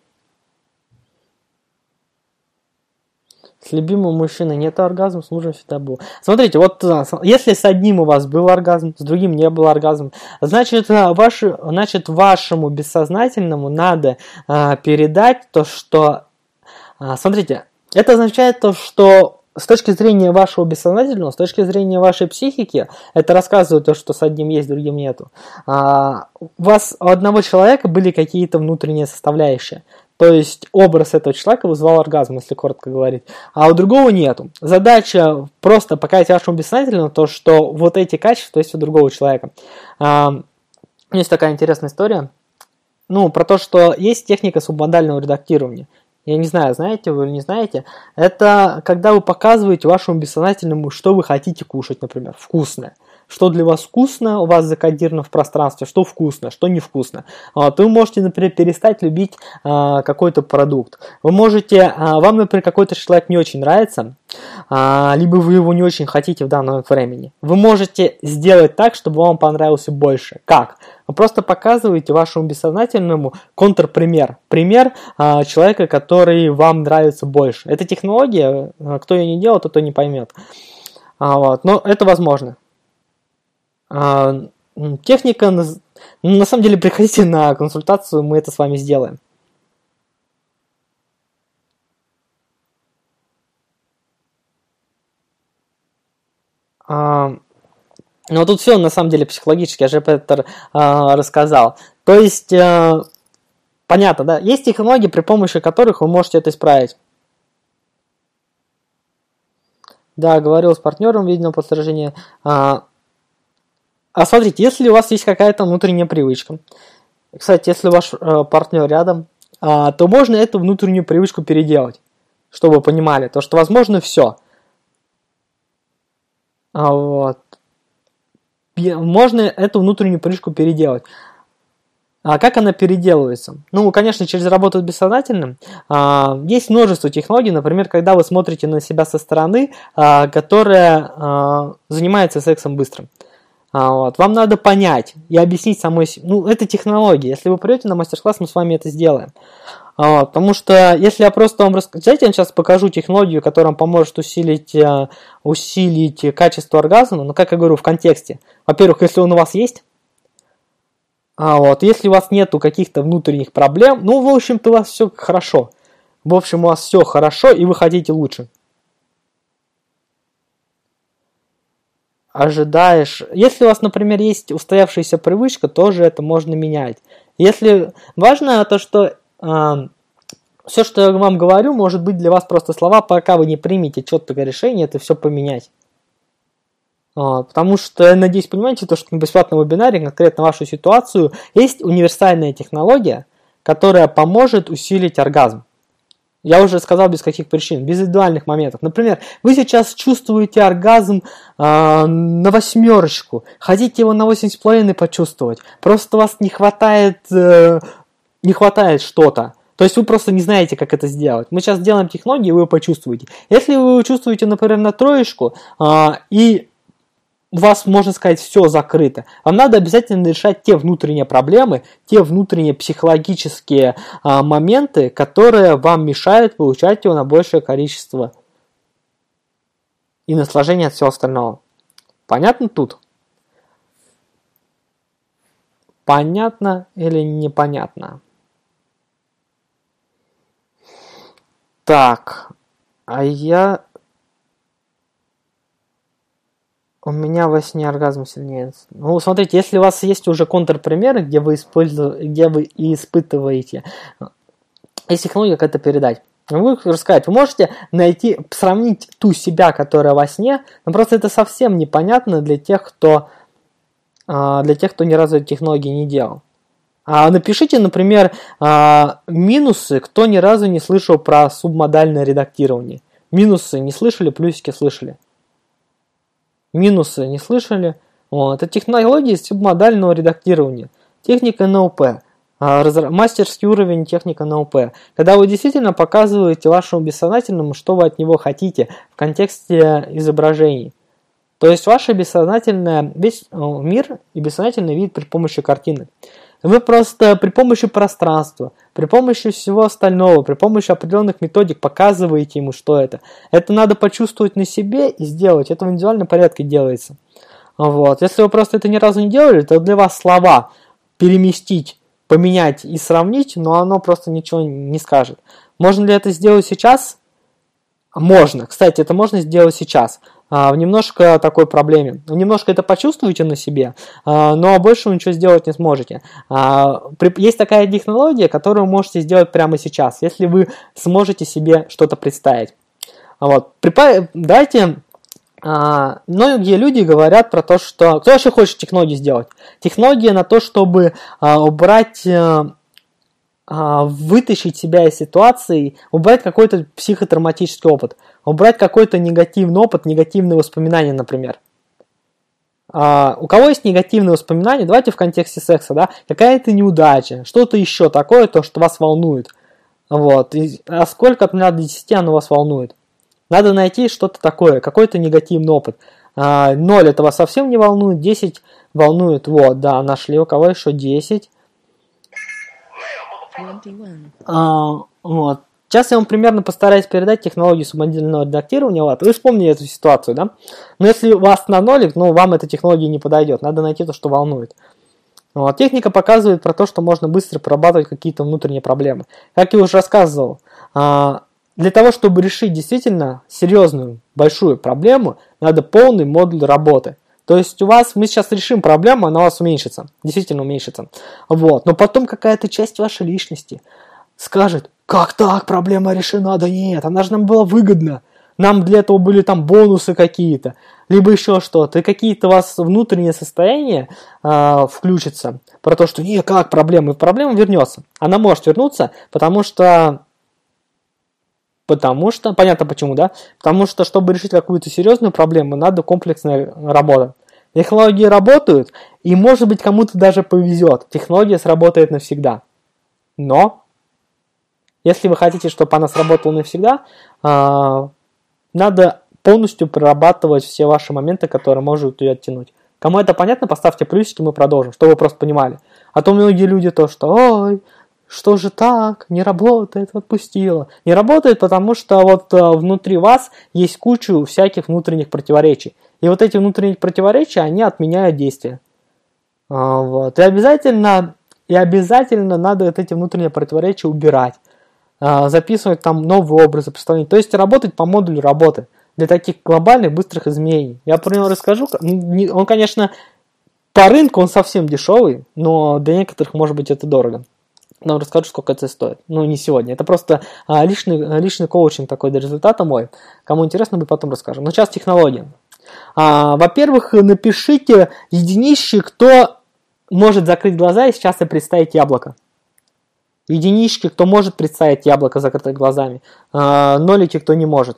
С любимым мужчиной нет оргазма, с мужем всегда был. Смотрите, вот если с одним у вас был оргазм, с другим не был оргазм, значит вашему бессознательному надо передать то, что... Смотрите, это означает то, что с точки зрения вашего бессознательного, с точки зрения вашей психики, это рассказывает то, что с одним есть, с другим нету. У вас у одного человека были какие-то внутренние составляющие. То есть образ этого человека вызывал оргазм, если коротко говорить. А у другого нету. Задача просто показать вашему бессознательному то, что вот эти качества есть у другого человека. Есть такая интересная история. Про то, что есть техника субмодального редактирования. Я не знаю, знаете вы или не знаете. Это когда вы показываете вашему бессознательному, что вы хотите кушать, например, вкусное. Что для вас вкусно, у вас закодировано в пространстве, что вкусно, что невкусно. Вы можете, например, перестать любить какой-то продукт. Вам, например, какой-то человек не очень нравится, либо вы его не очень хотите в данном времени. Вы можете сделать так, чтобы вам понравился больше. Как? Вы просто показываете вашему бессознательному контрпример. Пример человека, который вам нравится больше. Это технология, кто ее не делал, тот не поймет. Но это возможно. Техника Ну, на самом деле, приходите на консультацию, мы это с вами сделаем. Ну, тут все, на самом деле, психологически, я же это рассказал. То есть, понятно, да? Есть технологии, при помощи которых вы можете это исправить. Да, говорил с партнером, видно, после рождения. Смотрите, если у вас есть какая-то внутренняя привычка, кстати, если ваш партнер рядом, то можно эту внутреннюю привычку переделать, чтобы вы понимали, то что возможно все. Вот. Можно эту внутреннюю привычку переделать. А как она переделывается? Ну, конечно, через работу с бессознательным. Есть множество технологий, например, когда вы смотрите на себя со стороны, которая занимается сексом быстрым. Вот. Вам надо понять и объяснить самой себе. Ну, это технология. Если вы придете на мастер-класс, мы с вами это сделаем. Вот. Потому что, если я просто вам расскажу... Знаете, я сейчас покажу технологию, которая вам поможет усилить качество оргазма. Но, как я говорю, в контексте. Во-первых, если он у вас есть. Вот. Если у вас нету каких-то внутренних проблем, ну, в общем-то, у вас все хорошо. В общем, у вас все хорошо, и вы хотите лучше. Ожидаешь. Если у вас, например, есть устоявшаяся привычка, тоже это можно менять. Если важно то, что все, что я вам говорю, может быть для вас просто слова, пока вы не примете четкое решение, это все поменять. Потому что, я надеюсь, понимаете, то, что на бесплатном вебинаре, конкретно вашу ситуацию, есть универсальная технология, которая поможет усилить оргазм. Я уже сказал, без каких причин, без индивидуальных моментов. Например, вы сейчас чувствуете оргазм на 8, хотите его на 8,5 почувствовать, просто у вас не хватает что-то. То есть вы просто не знаете, как это сделать. Мы сейчас делаем технологии, и вы его почувствуете. Если вы его чувствуете, например, на 3, и у вас, можно сказать, все закрыто. Вам надо обязательно решать те внутренние проблемы, те внутренние психологические моменты, которые вам мешают получать его на большее количество и наслаждение от всего остального. Понятно тут? Понятно или непонятно? Так, у меня во сне оргазм сильнее. Ну, смотрите, если у вас есть уже контрпримеры, где вы испытываете, есть технология, как это передать. Вы рассказать, вы можете сравнить ту себя, которая во сне, но просто это совсем непонятно для тех, кто ни разу эти технологии не делал. Напишите, например, минусы, кто ни разу не слышал про субмодальное редактирование. Минусы не слышали, плюсики слышали. Минусы не слышали. Это технологии субмодального редактирования. Техника НЛП. Мастерский уровень техника НЛП. Когда вы действительно показываете вашему бессознательному, что вы от него хотите в контексте изображений. То есть ваше бессознательное, весь мир и бессознательный видит при помощи картины. Вы просто при помощи пространства, при помощи всего остального, при помощи определенных методик показываете ему, что это. Это надо почувствовать на себе и сделать. Это в индивидуальном порядке делается. Вот. Если вы просто это ни разу не делали, то для вас слова переместить, поменять и сравнить, но оно просто ничего не скажет. Можно ли это сделать сейчас? Можно. Кстати, это можно сделать сейчас. В немножко такой проблеме. Немножко это почувствуете на себе, но больше вы ничего сделать не сможете. Есть такая технология, которую вы можете сделать прямо сейчас, если вы сможете себе что-то представить. Вот. Дайте... Многие люди говорят про то, что... Кто вообще хочет технологию сделать? Технология на то, чтобы убрать... вытащить себя из ситуации, убрать какой-то психотравматический опыт, убрать какой-то негативный опыт, негативные воспоминания, например. У кого есть негативные воспоминания, давайте в контексте секса, да, какая-то неудача, что-то еще такое, то, что вас волнует. Вот. Сколько от 0 до 10 оно вас волнует? Надо найти что-то такое, какой-то негативный опыт. 0 это вас совсем не волнует, 10 волнует, вот, да, нашли, у кого еще 10. Вот. Сейчас я вам примерно постараюсь передать технологию субмодального редактирования. Вот. Вы вспомнили эту ситуацию, да? Но если у вас на 0, вам эта технология не подойдет. Надо найти то, что волнует. Вот. Техника показывает про то, что можно быстро прорабатывать какие-то внутренние проблемы. Как я уже рассказывал, для того, чтобы решить действительно серьезную, большую проблему, надо полный модуль работы. То есть мы сейчас решим проблему, она у вас уменьшится, действительно уменьшится. Вот. Но потом какая-то часть вашей личности скажет: как так, проблема решена? Да нет, она же нам была выгодна. Нам для этого были там бонусы какие-то, либо еще что-то. И какие-то у вас внутренние состояния включатся про то, что не, как проблема, и проблема вернется. Она может вернуться, потому что, понятно почему, да? Потому что, чтобы решить какую-то серьезную проблему, надо комплексная работа. Технологии работают, и может быть кому-то даже повезет. Технология сработает навсегда. Но, если вы хотите, чтобы она сработала навсегда, надо полностью прорабатывать все ваши моменты, которые могут ее оттянуть. Кому это понятно, поставьте плюсики, мы продолжим, чтобы вы просто понимали. А то многие люди ой, что же так, не работает, отпустила. Не работает, потому что вот внутри вас есть кучу всяких внутренних противоречий. И вот эти внутренние противоречия, они отменяют действия. Вот. И обязательно надо вот эти внутренние противоречия убирать. Записывать там новые образы, представления. То есть работать по модулю работы для таких глобальных, быстрых изменений. Я про него расскажу. Он, конечно, по рынку он совсем дешевый, но для некоторых, может быть, это дорого. Нам расскажу, сколько это стоит. Ну, не сегодня. Это просто личный коучинг такой до результата мой. Кому интересно, мы потом расскажем. Но сейчас технология. Во-первых, напишите единички, кто может закрыть глаза и сейчас и представить яблоко. Единички, кто может представить яблоко закрытыми глазами. Нолики, кто не может.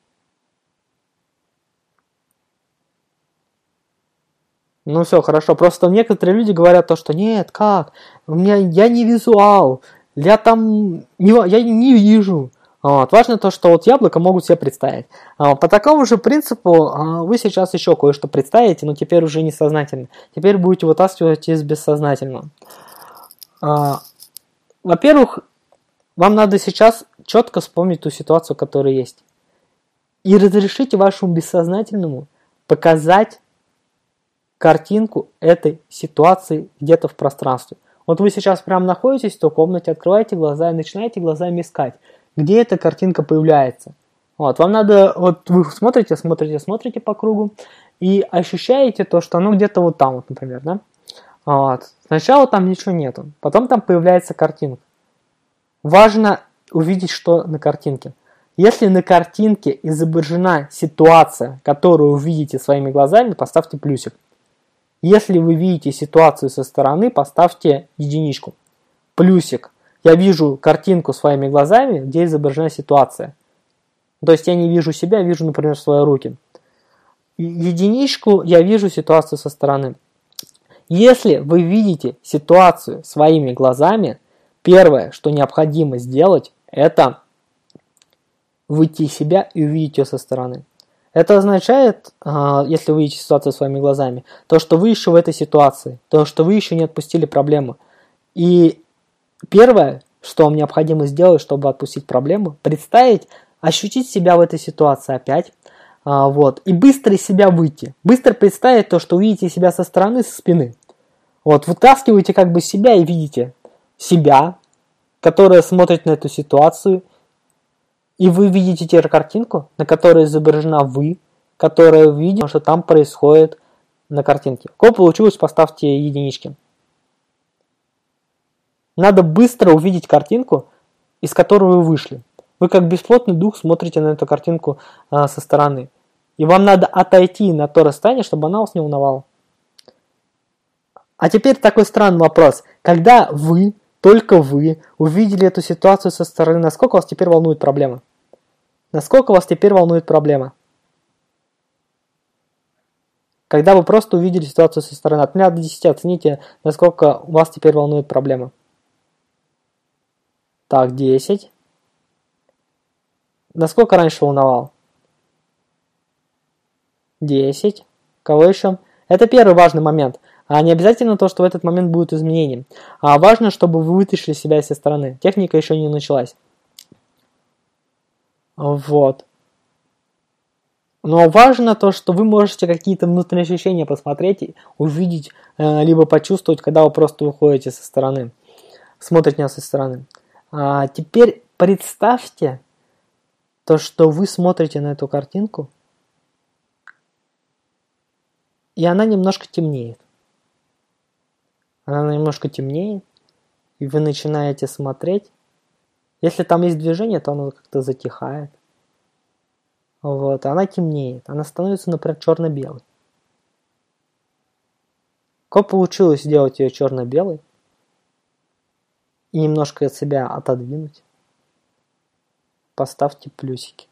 Ну все, хорошо. Просто некоторые люди говорят то, что нет, как? Я не визуал. Я не вижу. Вот. Важно то, что вот яблоко могут себе представить. По такому же принципу вы сейчас еще кое-что представите, но теперь уже несознательно. Теперь будете вытаскивать из бессознательного. Во-первых, вам надо сейчас четко вспомнить ту ситуацию, которая есть. И разрешите вашему бессознательному показать картинку этой ситуации где-то в пространстве. Вот вы сейчас прямо находитесь в той комнате, открываете глаза и начинаете глазами искать, где эта картинка появляется. Вот, вам надо, вот вы смотрите по кругу и ощущаете то, что оно где-то вот там, вот, например, да? Вот. Сначала там ничего нету, потом там появляется картинка. Важно увидеть, что на картинке. Если на картинке изображена ситуация, которую вы видите своими глазами, поставьте плюсик. Если вы видите ситуацию со стороны, поставьте единичку. Плюсик. Я вижу картинку своими глазами, где изображена ситуация. То есть я не вижу себя, вижу, например, свои руки. Единичку, я вижу ситуацию со стороны. Если вы видите ситуацию своими глазами, первое, что необходимо сделать, это выйти из себя и увидеть ее со стороны. Это означает, если вы видите ситуацию своими глазами, то, что вы еще в этой ситуации, то, что вы еще не отпустили проблему. И первое, что вам необходимо сделать, чтобы отпустить проблему, представить, ощутить себя в этой ситуации опять, вот, и быстро из себя выйти. Быстро представить то, что увидите себя со стороны, со спины. Вот, вытаскиваете как бы себя и видите себя, которая смотрит на эту ситуацию, и вы видите те же картинку, на которой изображена вы, которая видит, что там происходит на картинке. Кого получилось, поставьте единички. Надо быстро увидеть картинку, из которой вы вышли. Вы как бесплотный дух смотрите на эту картинку со стороны. И вам надо отойти на то расстояние, чтобы она вас не волновала. А теперь такой странный вопрос. Когда только вы увидели эту ситуацию со стороны, насколько вас теперь волнует проблема? Насколько вас теперь волнует проблема? Когда вы просто увидели ситуацию со стороны, от 0 до 10 оцените, насколько вас теперь волнует проблема. Так, 10. Насколько раньше волновал? 10. Кого еще? Это первый важный момент. Не обязательно то, что в этот момент будет изменением. Важно, чтобы вы вытащили себя со стороны. Техника еще не началась. Вот. Но важно то, что вы можете какие-то внутренние ощущения посмотреть, увидеть, либо почувствовать, когда вы просто выходите со стороны, смотрите на со стороны. Теперь представьте то, что вы смотрите на эту картинку, и она немножко темнеет. Она немножко темнеет, и вы начинаете смотреть. Если там есть движение, то оно как-то затихает. Вот, она темнеет, она становится, например, черно-белой. Как получилось сделать ее черно-белой и немножко от себя отодвинуть? Поставьте плюсики.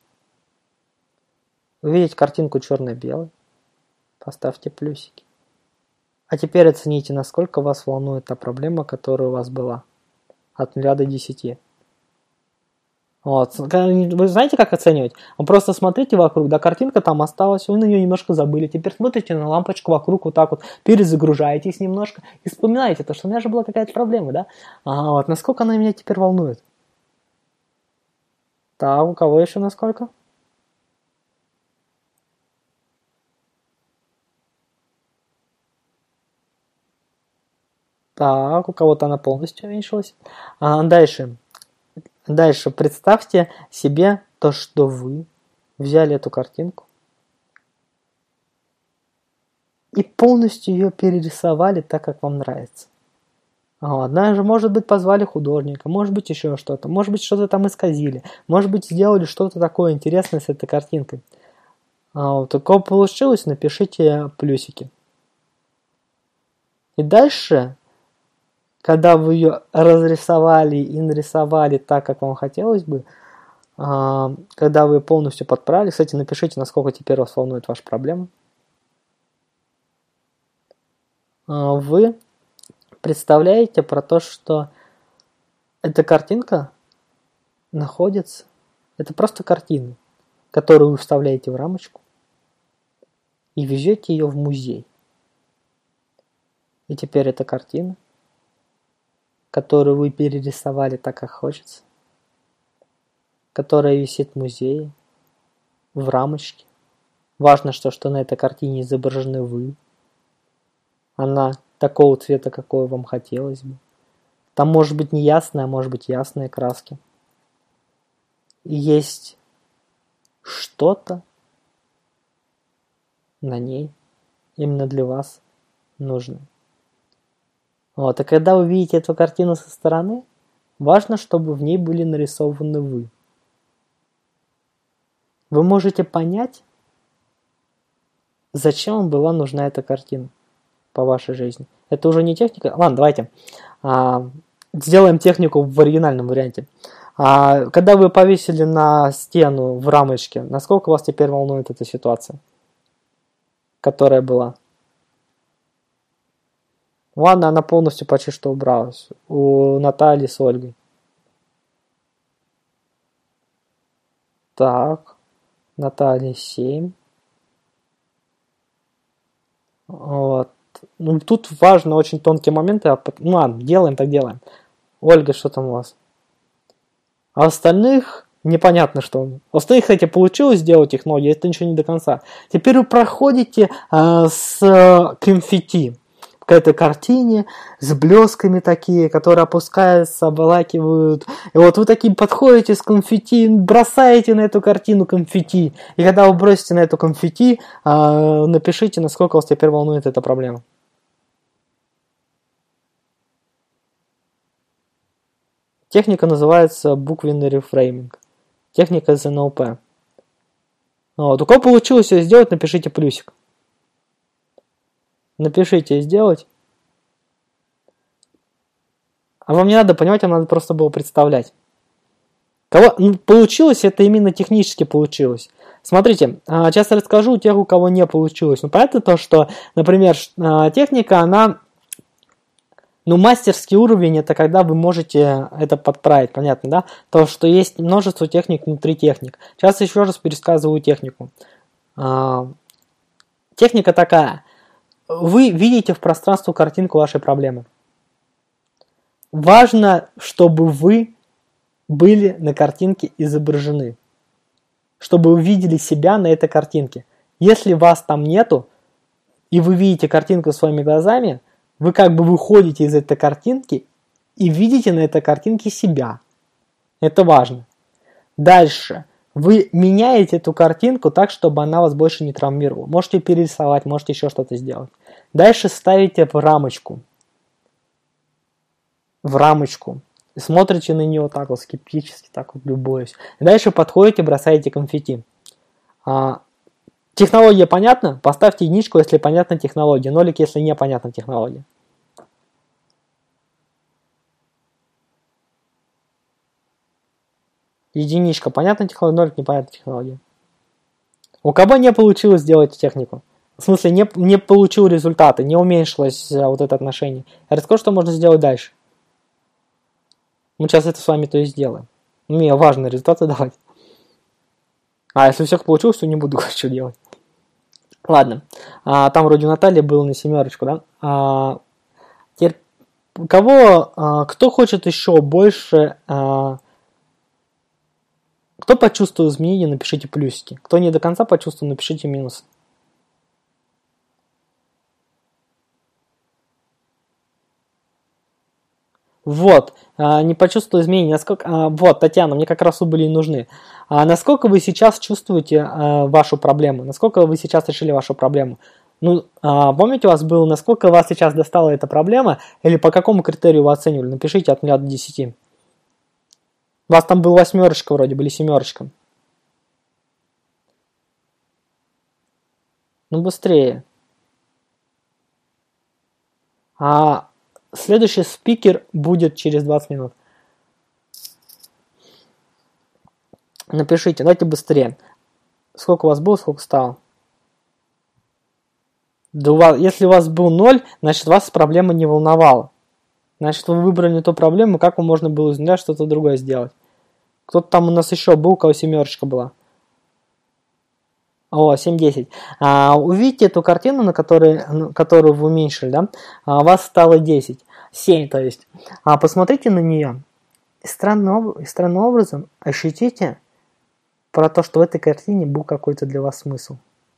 Вы видите картинку черно-белой? Поставьте плюсики. А теперь оцените, насколько вас волнует та проблема, которая у вас была. От 0 до 10. Вот. Вы знаете, как оценивать? Вы просто смотрите вокруг, да, картинка там осталась, вы на нее немножко забыли. Теперь смотрите на лампочку вокруг, вот так вот, перезагружаетесь немножко и вспоминаете то, что у меня же была какая-то проблема, да? Вот, насколько она меня теперь волнует? Так, у кого еще насколько? Так, у кого-то она полностью уменьшилась. Дальше. Дальше представьте себе то, что вы взяли эту картинку и полностью ее перерисовали так, как вам нравится. Даже, может быть, позвали художника, может быть, еще что-то, может быть, что-то там исказили, может быть, сделали что-то такое интересное с этой картинкой. Такое получилось, напишите плюсики. И дальше, когда вы ее разрисовали и нарисовали так, как вам хотелось бы, когда вы полностью подправили, кстати, напишите, насколько теперь вас волнует ваша проблема, вы представляете про то, что эта картинка находится, это просто картина, которую вы вставляете в рамочку и везете ее в музей. И теперь эта картина, которую вы перерисовали так, как хочется, которая висит в музее, в рамочке. Важно, что на этой картине изображены вы. Она такого цвета, какой вам хотелось бы. Там может быть неясная, а может быть ясные краски. И есть что-то на ней именно для вас нужно. Вот, и когда вы видите эту картину со стороны, важно, чтобы в ней были нарисованы вы. Вы можете понять, зачем вам была нужна эта картина по вашей жизни. Это уже не техника. Ладно, давайте сделаем технику в оригинальном варианте. Когда вы повесили на стену в рамочке, насколько вас теперь волнует эта ситуация, которая была? Ладно, она полностью почти что убралась. У Натальи с Ольгой. Так. Наталья 7. Вот. Ну, тут важно очень тонкие моменты. Ну ладно, делаем так делаем. Ольга, что там у вас? А остальных непонятно что. У остальных, кстати, получилось сделать их, но это ничего не до конца. Теперь вы проходите с конфетти к этой картине, с блесками такие, которые опускаются, обволакивают. И вот вы такие подходите с конфетти, бросаете на эту картину конфетти. И когда вы бросите на эту конфетти, напишите, насколько вас теперь волнует эта проблема. Техника называется буквенный рефрейминг. Техника из НЛП. Вот. У кого получилось ее сделать, напишите плюсик. Напишите сделать. А вам не надо понимать, вам надо просто было представлять. Получилось, это именно технически получилось. Смотрите, сейчас я расскажу тех, у кого не получилось. Понятно то, что, например, техника, она... мастерский уровень, это когда вы можете это подправить, понятно, да? То, что есть множество техник внутри техник. Сейчас еще раз пересказываю технику. Техника такая. Вы видите в пространстве картинку вашей проблемы. Важно, чтобы вы были на картинке изображены. чтобы вы увидели себя на этой картинке. Если вас там нету, и вы видите картинку своими глазами, вы как бы выходите из этой картинки и видите на этой картинке себя. Это важно. Дальше. Вы меняете эту картинку так, чтобы она вас больше не травмировала. Можете перерисовать, можете еще что-то сделать. Дальше ставите в рамочку. В рамочку. И смотрите на нее так вот скептически, так вот любуясь. Дальше подходите, бросаете конфетти. Технология понятна? Поставьте единичку, если понятна технология. Нолик, если не понятна технология. Единичка понятна технология, нолик непонятна технология. У кого не получилось сделать технику? В смысле, не получил результаты, не уменьшилось вот это отношение. Я расскажу, что можно сделать дальше. Мы сейчас это с вами то и сделаем. Мне важно результаты давать. А если у всех получилось, то не буду что делать. Ладно. Там вроде у Натальи было на 7, да? Теперь кто хочет еще больше... Кто почувствовал изменения, напишите плюсики. Кто не до конца почувствовал, напишите минус. Вот, не почувствовал изменений. Вот, Татьяна, мне как раз были нужны. Насколько вы сейчас чувствуете вашу проблему? Насколько вы сейчас решили вашу проблему? Ну, помните, у вас было, насколько вас сейчас достала эта проблема, или по какому критерию вы оценивали? Напишите от 0 до 10. У вас там был 8 вроде, были 7. Ну, быстрее. Следующий спикер будет через 20 минут. Напишите, давайте быстрее. Сколько у вас было, сколько стало? Да если у вас был 0, значит вас проблема не волновала. Значит вы выбрали не ту проблему, как вам можно было из что-то другое сделать. Кто-то там у нас еще был, у кого 7 была. О, 7-10. Увидите эту картину, на которую вы уменьшили, да? У вас стало 10. 7, то есть. Посмотрите на нее. И странным образом ощутите про то, что в этой картине был какой-то для вас смысл.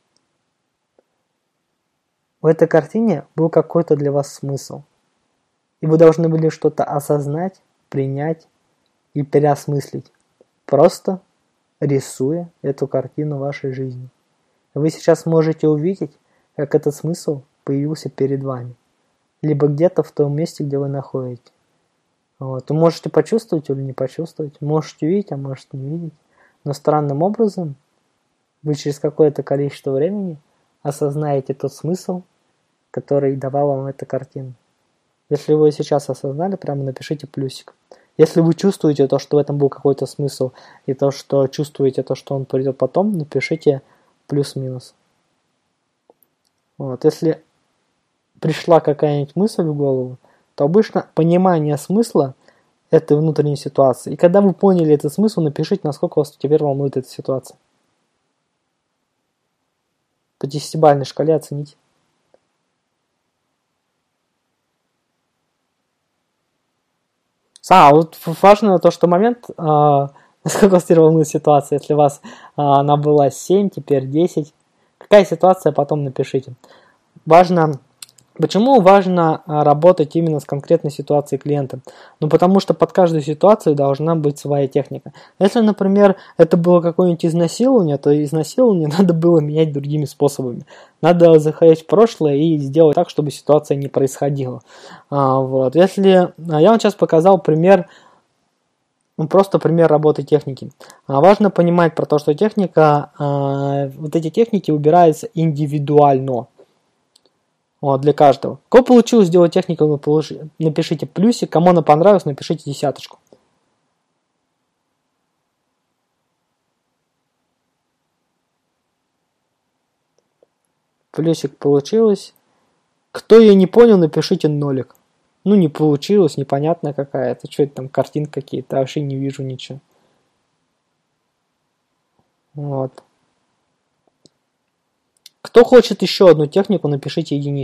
В этой картине был какой-то для вас смысл. И вы должны были что-то осознать, принять и переосмыслить. Просто рисуя эту картину вашей жизни. Вы сейчас можете увидеть, как этот смысл появился перед вами. Либо где-то в том месте, где вы находитесь. Вот. Вы можете почувствовать или не почувствовать. Можете увидеть, а можете не видеть. Но странным образом вы через какое-то количество времени осознаете тот смысл, который давала вам эта картина. Если вы сейчас осознали, прямо напишите плюсик. Если вы чувствуете то, что в этом был какой-то смысл, и то, что чувствуете то, что он придет потом, напишите плюс-минус. Вот. Если пришла какая-нибудь мысль в голову, то обычно понимание смысла этой внутренней ситуации. И когда вы поняли этот смысл, напишите, насколько вас теперь волнует эта ситуация. По 10-бальной шкале оцените. Вот важно то, что момент, насколько вас теперь волнует ситуация. Если у вас она была 7, теперь 10. Какая ситуация, потом напишите. Почему важно работать именно с конкретной ситуацией клиента? Ну, потому что под каждую ситуацию должна быть своя техника. Если, например, это было какое-нибудь изнасилование, то изнасилование надо было менять другими способами. Надо заходить в прошлое и сделать так, чтобы ситуация не происходила. Вот. Если я вам сейчас показал пример, просто пример работы техники. Важно понимать про то, что техника, вот эти техники выбираются индивидуально. Вот, для каждого. Кому получилось сделать технику, напишите плюсик. Кому она понравилась, напишите 10. Плюсик получилось. Кто ее не понял, напишите 0. Ну, не получилось, непонятно какая-то. Что это там, картинки какие-то, вообще не вижу ничего. Вот. Кто хочет еще одну технику, напишите 1.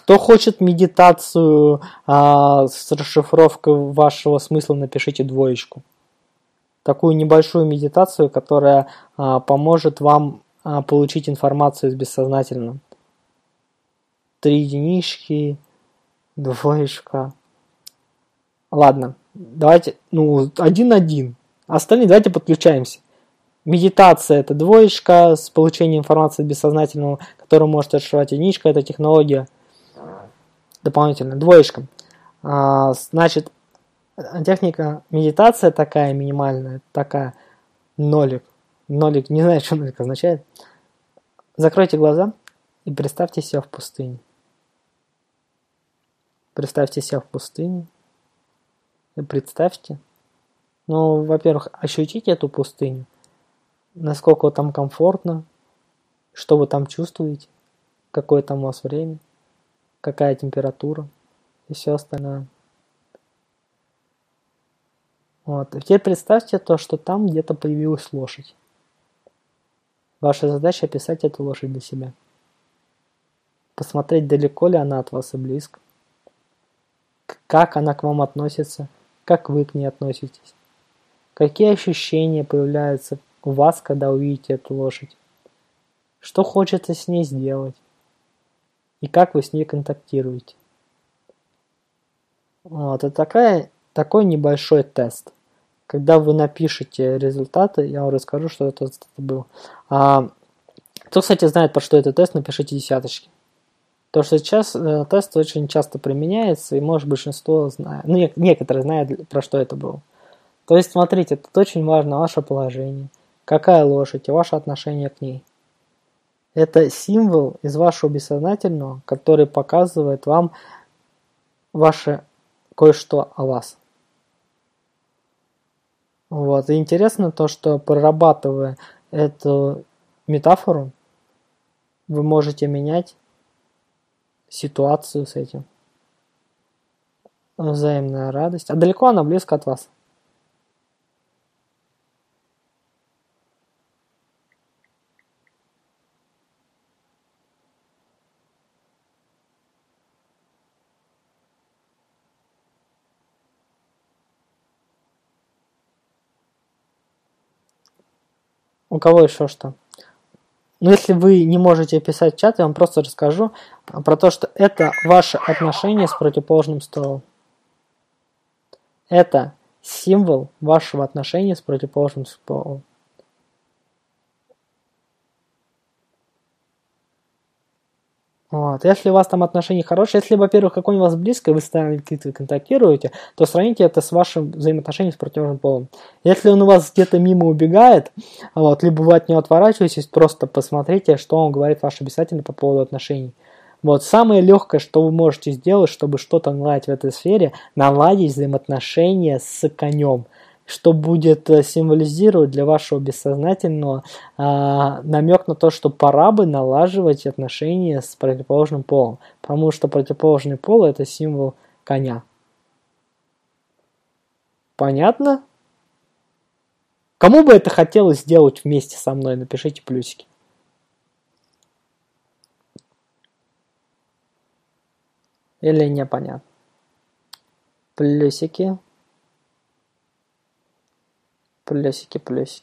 Кто хочет медитацию с расшифровкой вашего смысла, напишите 2. Такую небольшую медитацию, которая поможет вам получить информацию из бессознательного. 3 единички, 2. Ладно, давайте, 1-1. Остальные давайте подключаемся. Медитация — это 2 с получением информации из бессознательного, которую может расшифровать 1. Это технология дополнительная. 2. Значит, техника медитация такая минимальная, такая нолик. Нолик, не знаю, что нолик означает. Закройте глаза и представьте себя в пустыне. Представьте себя в пустыне. И представьте. Во-первых, ощутите эту пустыню. Насколько там комфортно. Что вы там чувствуете. Какое там у вас время. Какая температура. И все остальное. Вот. И теперь представьте то, что там где-то появилась лошадь. Ваша задача описать эту лошадь для себя. Посмотреть, далеко ли она от вас и близко. Как она к вам относится. Как вы к ней относитесь. Какие ощущения появляются у вас, когда увидите эту лошадь. Что хочется с ней сделать. И как вы с ней контактируете. Вот. Это такой небольшой тест. Когда вы напишете результаты, я вам расскажу, что это был. Кто, кстати, знает, про что этот тест, напишите 10. Потому что сейчас тест очень часто применяется, и, может, большинство знает. Некоторые знают, про что это было. То есть, смотрите, тут очень важно ваше положение, какая лошадь и ваше отношение к ней. Это символ из вашего бессознательного, который показывает вам ваше кое-что о вас. Вот. И интересно то, что прорабатывая эту метафору, вы можете менять ситуацию с этим. Взаимная радость. А далеко она, близко от вас. У кого еще что? Если вы не можете писать в чат, я вам просто расскажу про то, что это ваше отношение с противоположным полом. Это символ вашего отношения с противоположным полом. Вот. Если у вас там отношения хорошие, если, во-первых, какой у вас близкий, вы с вами контактируете, то сравните это с вашим взаимоотношением с противоположным полом. Если он у вас где-то мимо убегает, либо вы от него отворачиваетесь, просто посмотрите, что он говорит ваше бессознательное по поводу отношений. Вот. Самое легкое, что вы можете сделать, чтобы что-то наладить в этой сфере, наладить взаимоотношения с конем. Что будет символизировать для вашего бессознательного намек на то, что пора бы налаживать отношения с противоположным полом. Потому что противоположный пол – это символ коня. Понятно? Кому бы это хотелось сделать вместе со мной? Напишите плюсики. Или непонятно? Плюсики. Плюсики.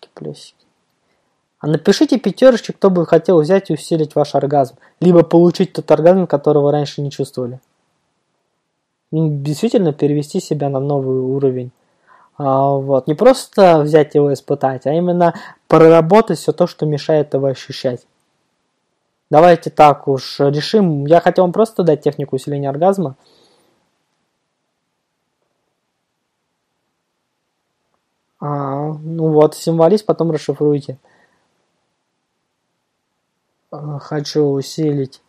А напишите 5, кто бы хотел взять и усилить ваш оргазм. Либо получить тот оргазм, которого вы раньше не чувствовали. Действительно перевести себя на новый уровень. Вот. Не просто взять его и испытать, а именно проработать все то, что мешает его ощущать. Давайте так уж решим. Я хотел вам просто дать технику усиления оргазма. Символист, потом расшифруйте. Хочу усилить.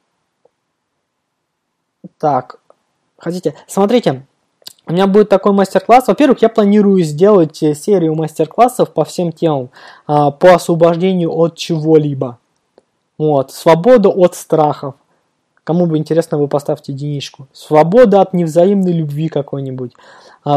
Так, хотите? Смотрите, у меня будет такой мастер-класс. Во-первых, я планирую сделать серию мастер-классов по всем темам. По освобождению от чего-либо. Вот. Свобода от страхов. Кому бы интересно, вы поставьте 1. Свобода от невзаимной любви какой-нибудь.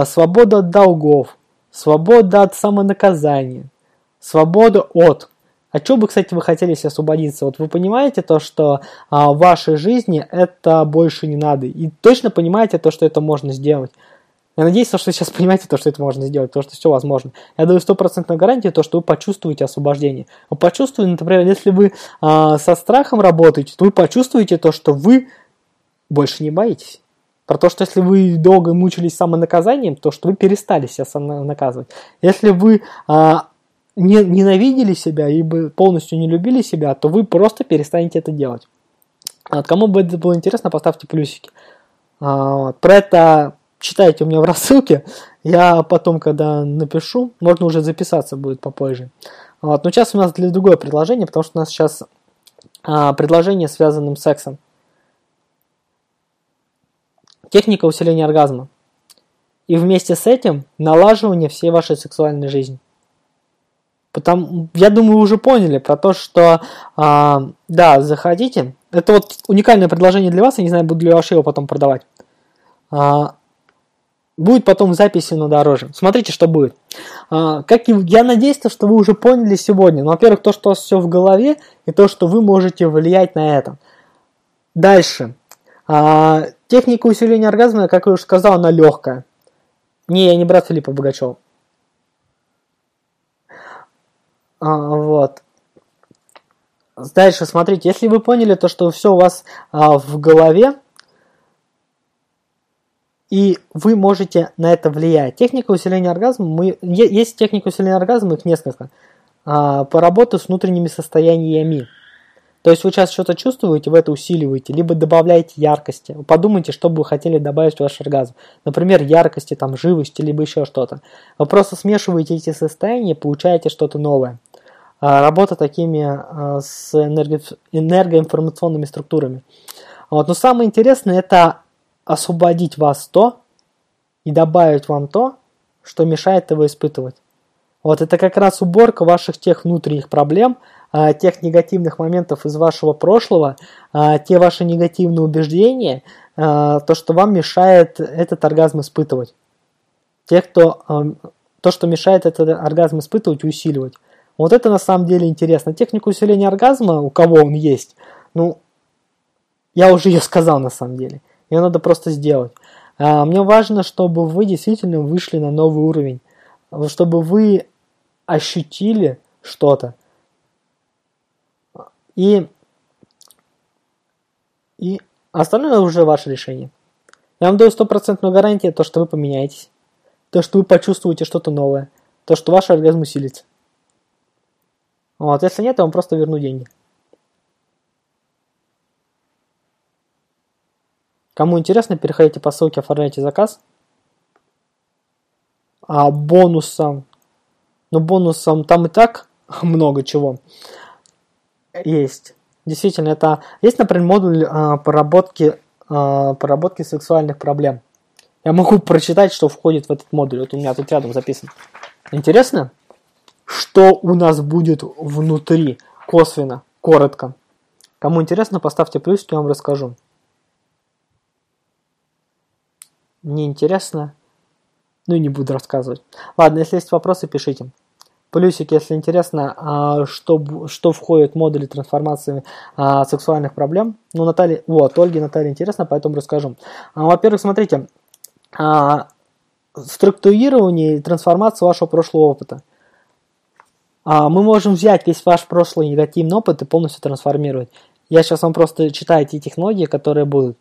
Свобода от долгов. Свобода от самонаказания. Свобода от. От чего бы, кстати, вы хотели себе освободиться? Вот вы понимаете то, что в вашей жизни это больше не надо. И точно понимаете то, что это можно сделать. Я надеюсь, что вы сейчас понимаете то, что это можно сделать, то, что все возможно. Я даю 100% гарантию, то, что вы почувствуете освобождение. Вы почувствуете, например, если вы со страхом работаете, то вы почувствуете то, что вы больше не боитесь. Про то, что если вы долго мучились самонаказанием, то, что вы перестали себя самонаказывать. Если вы ненавидели себя и полностью не любили себя, то вы просто перестанете это делать. Вот, кому бы это было интересно, поставьте плюсики. Про это читайте у меня в рассылке. Я потом, когда напишу, можно уже записаться будет попозже. Вот, но сейчас у нас для другое предложение, потому что у нас сейчас предложение, связанное с сексом. Техника усиления оргазма. И вместе с этим налаживание всей вашей сексуальной жизни. Я думаю, вы уже поняли про то, что да, заходите. Это вот уникальное предложение для вас. Я не знаю, буду ли я вообще его потом продавать. Будет потом в записи, но дороже. Смотрите, что будет. Я надеюсь, что вы уже поняли сегодня. Ну, во-первых, то, что у вас все в голове, и то, что вы можете влиять на это. Дальше. Техника усиления оргазма, как я уже сказал, она легкая. Не, я не брат Филиппа Богачева. Вот. Дальше, смотрите, если вы поняли то, что все у вас в голове, и вы можете на это влиять. Техника усиления оргазма, есть техника усиления оргазма, их несколько. По работе с внутренними состояниями. То есть вы сейчас что-то чувствуете, вы это усиливаете, либо добавляете яркости. Подумайте, что бы вы хотели добавить в ваш оргазм. Например, яркости, там, живости, либо еще что-то. Вы просто смешиваете эти состояния, получаете что-то новое. Работа такими с энергоинформационными структурами. Вот. Но самое интересное, это освободить вас то и добавить вам то, что мешает его испытывать. Вот это как раз уборка ваших тех внутренних проблем, тех негативных моментов из вашего прошлого, те ваши негативные убеждения, то, что вам мешает этот оргазм испытывать. То, что мешает этот оргазм испытывать и усиливать. Вот это на самом деле интересно. Техника усиления оргазма, у кого он есть, я уже ее сказал на самом деле. Ее надо просто сделать. Мне важно, чтобы вы действительно вышли на новый уровень, чтобы вы ощутили что-то. И остальное уже ваше решение. Я вам даю 100% гарантию, то, что вы поменяетесь, то, что вы почувствуете что-то новое, то, что ваш оргазм усилится. Вот, если нет, я вам просто верну деньги. Кому интересно, переходите по ссылке, оформляйте заказ. Бонусом там и так много чего есть. Действительно, есть, например, модуль проработки сексуальных проблем. Я могу прочитать, что входит в этот модуль. Вот у меня тут рядом записано. Интересно, что у нас будет внутри? Косвенно, коротко. Кому интересно, поставьте плюсики, я вам расскажу. Мне интересно, и не буду рассказывать. Ладно, если есть вопросы, пишите. Плюсик, если интересно, что входит в модули трансформации сексуальных проблем. Ольге, Наталье интересно, поэтому расскажу. Во-первых, смотрите, структурирование и трансформация вашего прошлого опыта. Мы можем взять весь ваш прошлый негативный опыт и полностью трансформировать. Я сейчас вам просто читаю те технологии, которые будут.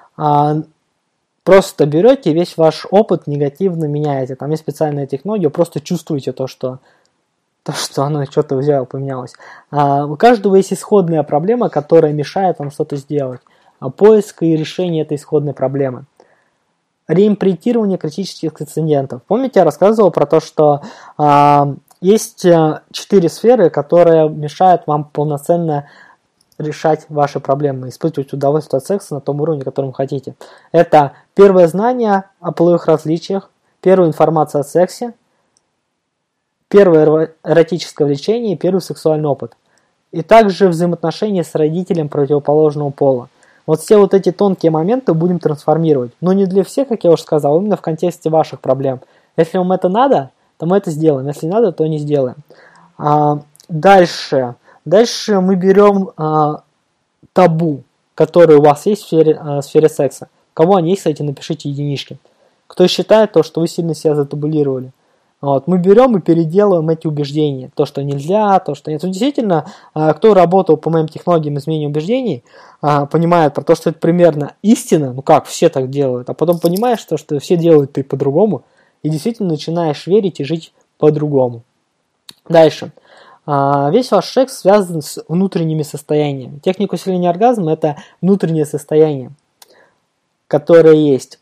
Просто берете весь ваш опыт негативно меняете. Там есть специальная технология, просто чувствуете то, что оно что-то взяло, поменялось. У каждого есть исходная проблема, которая мешает вам что-то сделать. Поиск и решение этой исходной проблемы. Реимпринтирование критических инцидентов. Помните, я рассказывал про то, что есть 4 сферы, которые мешают вам полноценно решать ваши проблемы, испытывать удовольствие от секса на том уровне, которым вы хотите. Это первое знание о половых различиях, первая информация о сексе, первое эротическое влечение и первый сексуальный опыт. И также взаимоотношения с родителем противоположного пола. Вот все вот эти тонкие моменты будем трансформировать. Но не для всех, как я уже сказал, именно в контексте ваших проблем. Если вам это надо, то мы это сделаем. Если не надо, то не сделаем. Дальше. Дальше мы берем табу, которые у вас есть в сфере секса. У кого они есть, кстати, напишите единички. Кто считает то, что вы сильно себя затабулировали. Вот. Мы берем и переделываем эти убеждения. То, что нельзя, то, что нет. Действительно, кто работал по моим технологиям изменения убеждений, понимает про то, что это примерно истина, ну как, все так делают, а потом понимаешь то, что все делают ты по-другому, и действительно начинаешь верить и жить по-другому. Дальше. Весь ваш секс связан с внутренними состояниями. Техника усиления оргазма – это внутреннее состояние, которое есть.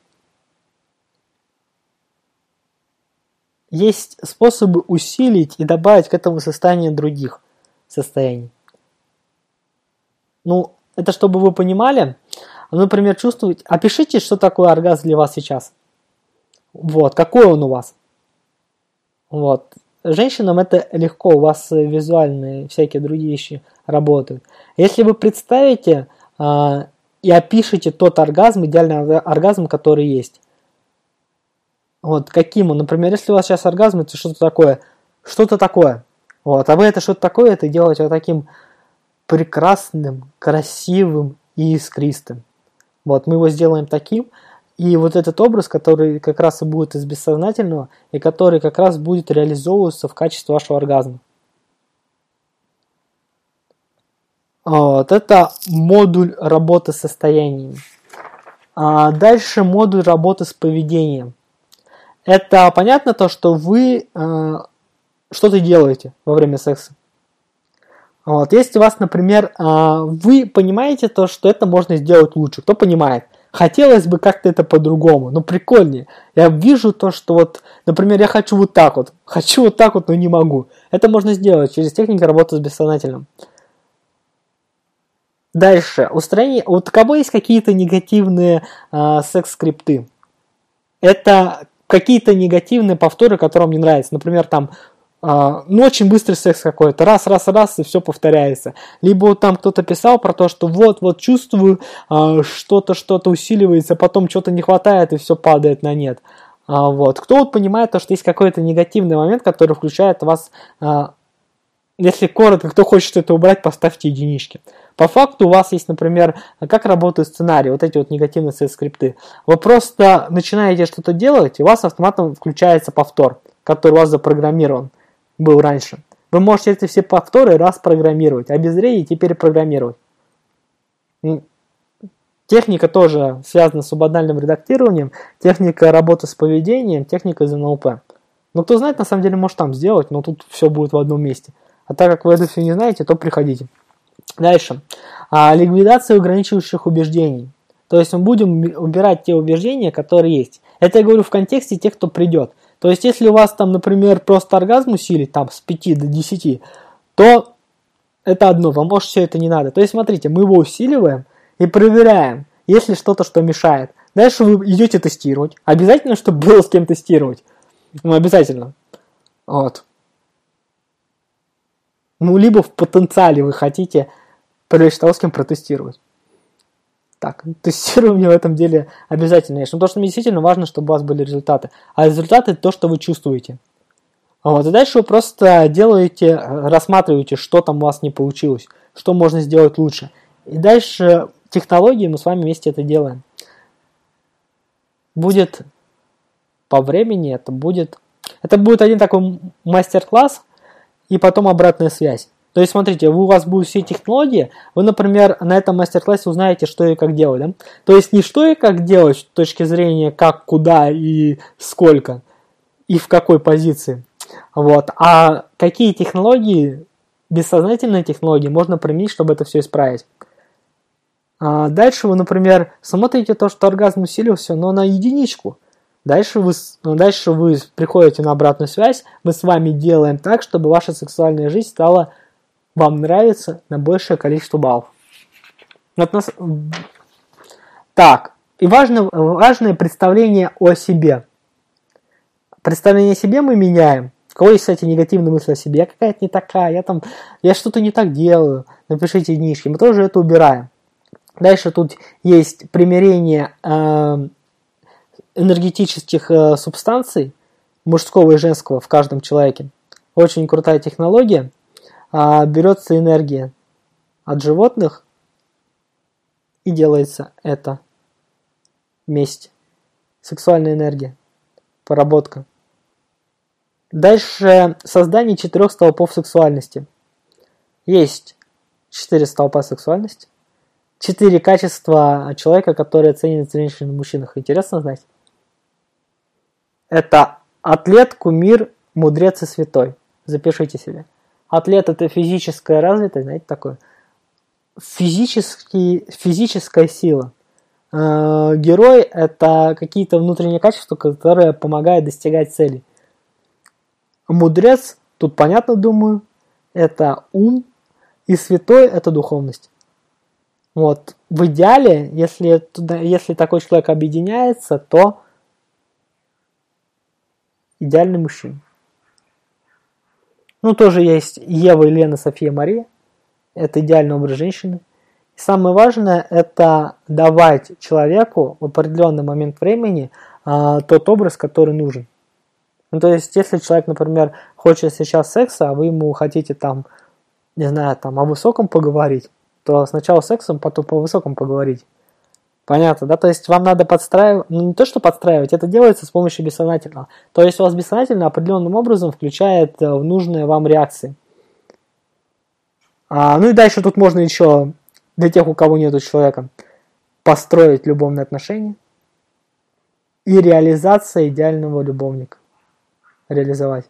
Есть способы усилить и добавить к этому состоянию других состояний. Ну, это чтобы вы понимали. Например, чувствуете... Опишите, что такое оргазм для вас сейчас. Вот, какой он у вас. Вот. Женщинам это легко, у вас визуальные всякие другие вещи работают. Если вы представите и опишите тот оргазм, идеальный оргазм, который есть. Вот, каким он? Например, если у вас сейчас оргазм, это что-то такое. Вот, а вы это что-то такое, это делаете вот таким прекрасным, красивым и искристым. Вот, мы его сделаем таким. И вот этот образ, который как раз и будет из бессознательного, и который как раз будет реализовываться в качестве вашего оргазма. Вот, это модуль работы с состояниями. Дальше модуль работы с поведением. Это понятно то, что вы что-то делаете во время секса. Вот, если у вас, например, вы понимаете то, что это можно сделать лучше, кто понимает? Хотелось бы как-то это по-другому, но прикольнее. Я вижу то, что вот, например, я хочу вот так вот, но не могу. Это можно сделать через технику работы с бессознательным. Дальше. Устранение. У кого есть какие-то негативные секс-скрипты? Это какие-то негативные повторы, которые вам не нравятся. Например, там, ну, очень быстрый секс какой-то. Раз, и все повторяется. Либо там кто-то писал про то, что вот чувствую, что-то усиливается, потом что-то не хватает, и все падает на нет. Вот. Кто вот понимает то, что есть какой-то негативный момент, который включает вас, если коротко, кто хочет это убрать, поставьте единички. По факту у вас есть, например, как работают сценарии, вот эти вот негативные скрипты. Вы просто начинаете что-то делать, и у вас автоматом включается повтор, который у вас запрограммирован был раньше. Вы можете эти все повторы раз программировать, обезвредить и перепрограммировать. Техника тоже связана с субоднальным редактированием, техника работы с поведением, техника из НЛП. Но кто знает, на самом деле, может там сделать, но тут все будет в одном месте. А так как вы это все не знаете, то приходите. Дальше. Ликвидация ограничивающих убеждений. То есть мы будем убирать те убеждения, которые есть. Это я говорю в контексте тех, кто придет. То есть если у вас там, например, просто оргазм усилить там с 5 до 10, то это одно, вам может все это не надо. То есть смотрите, мы его усиливаем и проверяем, есть ли что-то, что мешает. Дальше вы идете тестировать. Обязательно, чтобы было с кем тестировать. Ну, обязательно. Вот. Ну, либо в потенциале вы хотите привлечь того, с кем протестировать. Так, тестирование в этом деле обязательно есть. Но то, что мне действительно важно, чтобы у вас были результаты. А результаты – это то, что вы чувствуете. Вот. И дальше вы просто делаете, рассматриваете, что там у вас не получилось, что можно сделать лучше. И дальше технологии мы с вами вместе это делаем. Будет по времени, это будет один такой мастер-класс и потом обратная связь. То есть, смотрите, у вас будут все технологии, вы, например, на этом мастер-классе узнаете, что и как делать. Да? То есть, не что и как делать с точки зрения, как, куда и сколько, и в какой позиции, вот, а какие технологии, бессознательные технологии можно применить, чтобы это все исправить. Дальше вы, например, смотрите то, что оргазм усилился, но на единичку. Дальше вы приходите на обратную связь, мы с вами делаем так, чтобы ваша сексуальная жизнь стала вам нравиться на большее количество баллов. Так, и важное представление о себе. Представление о себе мы меняем. У кого есть, кстати, негативные мысли о себе, я какая-то не такая, я что-то не так делаю, напишите единички, мы тоже это убираем. Дальше тут есть примирение энергетических субстанций, мужского и женского в каждом человеке. Очень крутая технология. берется энергия от животных и делается это вместе. Сексуальная энергия, поработка. Дальше создание 4 столпов сексуальности. Есть 4 столпа сексуальности. 4 качества человека, которые ценят женщин и мужчинах. Интересно знать? Это атлет, кумир, мудрец и святой. Запишите себе. Атлет – это физическая развитость, знаете, такое. Физическая сила. Герой – это какие-то внутренние качества, которые помогают достигать целей. Мудрец, тут понятно, думаю, это ум. И святой – это духовность. Вот. В идеале, если такой человек объединяется, то идеальный мужчина. Ну, тоже есть Ева, Елена, София, Мария. Это идеальный образ женщины. И самое важное – это давать человеку в определенный момент времени тот образ, который нужен. Ну, то есть, если человек, например, хочет сейчас секса, а вы ему хотите там, не знаю, там о высоком поговорить, то сначала сексом, потом по высокому поговорить. Понятно, да? То есть вам надо подстраивать, ну не то, что подстраивать, это делается с помощью бессознательного. То есть у вас бессознательно определенным образом включает в нужные вам реакции. Ну и дальше тут можно еще, для тех, у кого нету человека, построить любовные отношения и реализация идеального любовника. Реализовать.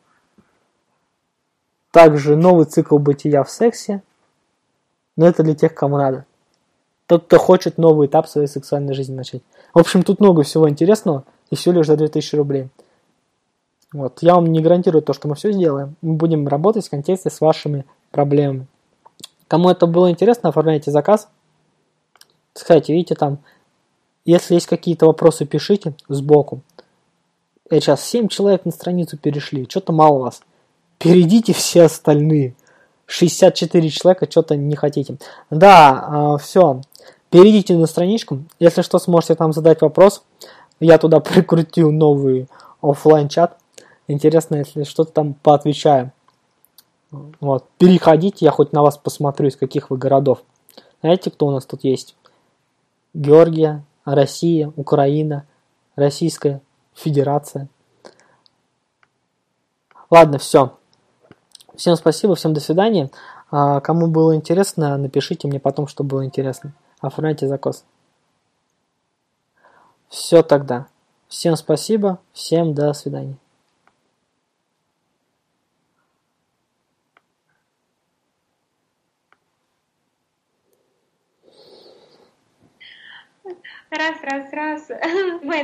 Также новый цикл бытия в сексе, но это для тех, кому надо. Тот, кто хочет новый этап своей сексуальной жизни начать. В общем, тут много всего интересного, и все лишь за 2000 рублей. Вот. Я вам не гарантирую то, что мы все сделаем. Мы будем работать в контексте с вашими проблемами. Кому это было интересно, оформляйте заказ. Кстати, видите, там, если есть какие-то вопросы, пишите сбоку. Сейчас 7 человек на страницу перешли, что-то мало вас. Перейдите все остальные. 64 человека что-то не хотите. Да, все. Перейдите на страничку. Если что, сможете там задать вопрос. Я туда прикрутил новый офлайн-чат. Интересно, если что-то там поотвечаю. Вот. Переходите, я хоть на вас посмотрю, из каких вы городов. Знаете, кто у нас тут есть? Георгия, Россия, Украина, Российская Федерация. Ладно, все. Всем спасибо, всем до свидания. Кому было интересно, напишите мне потом, что было интересно. Оформляйте заказ. Все тогда. Всем спасибо, всем до свидания. Раз. Мы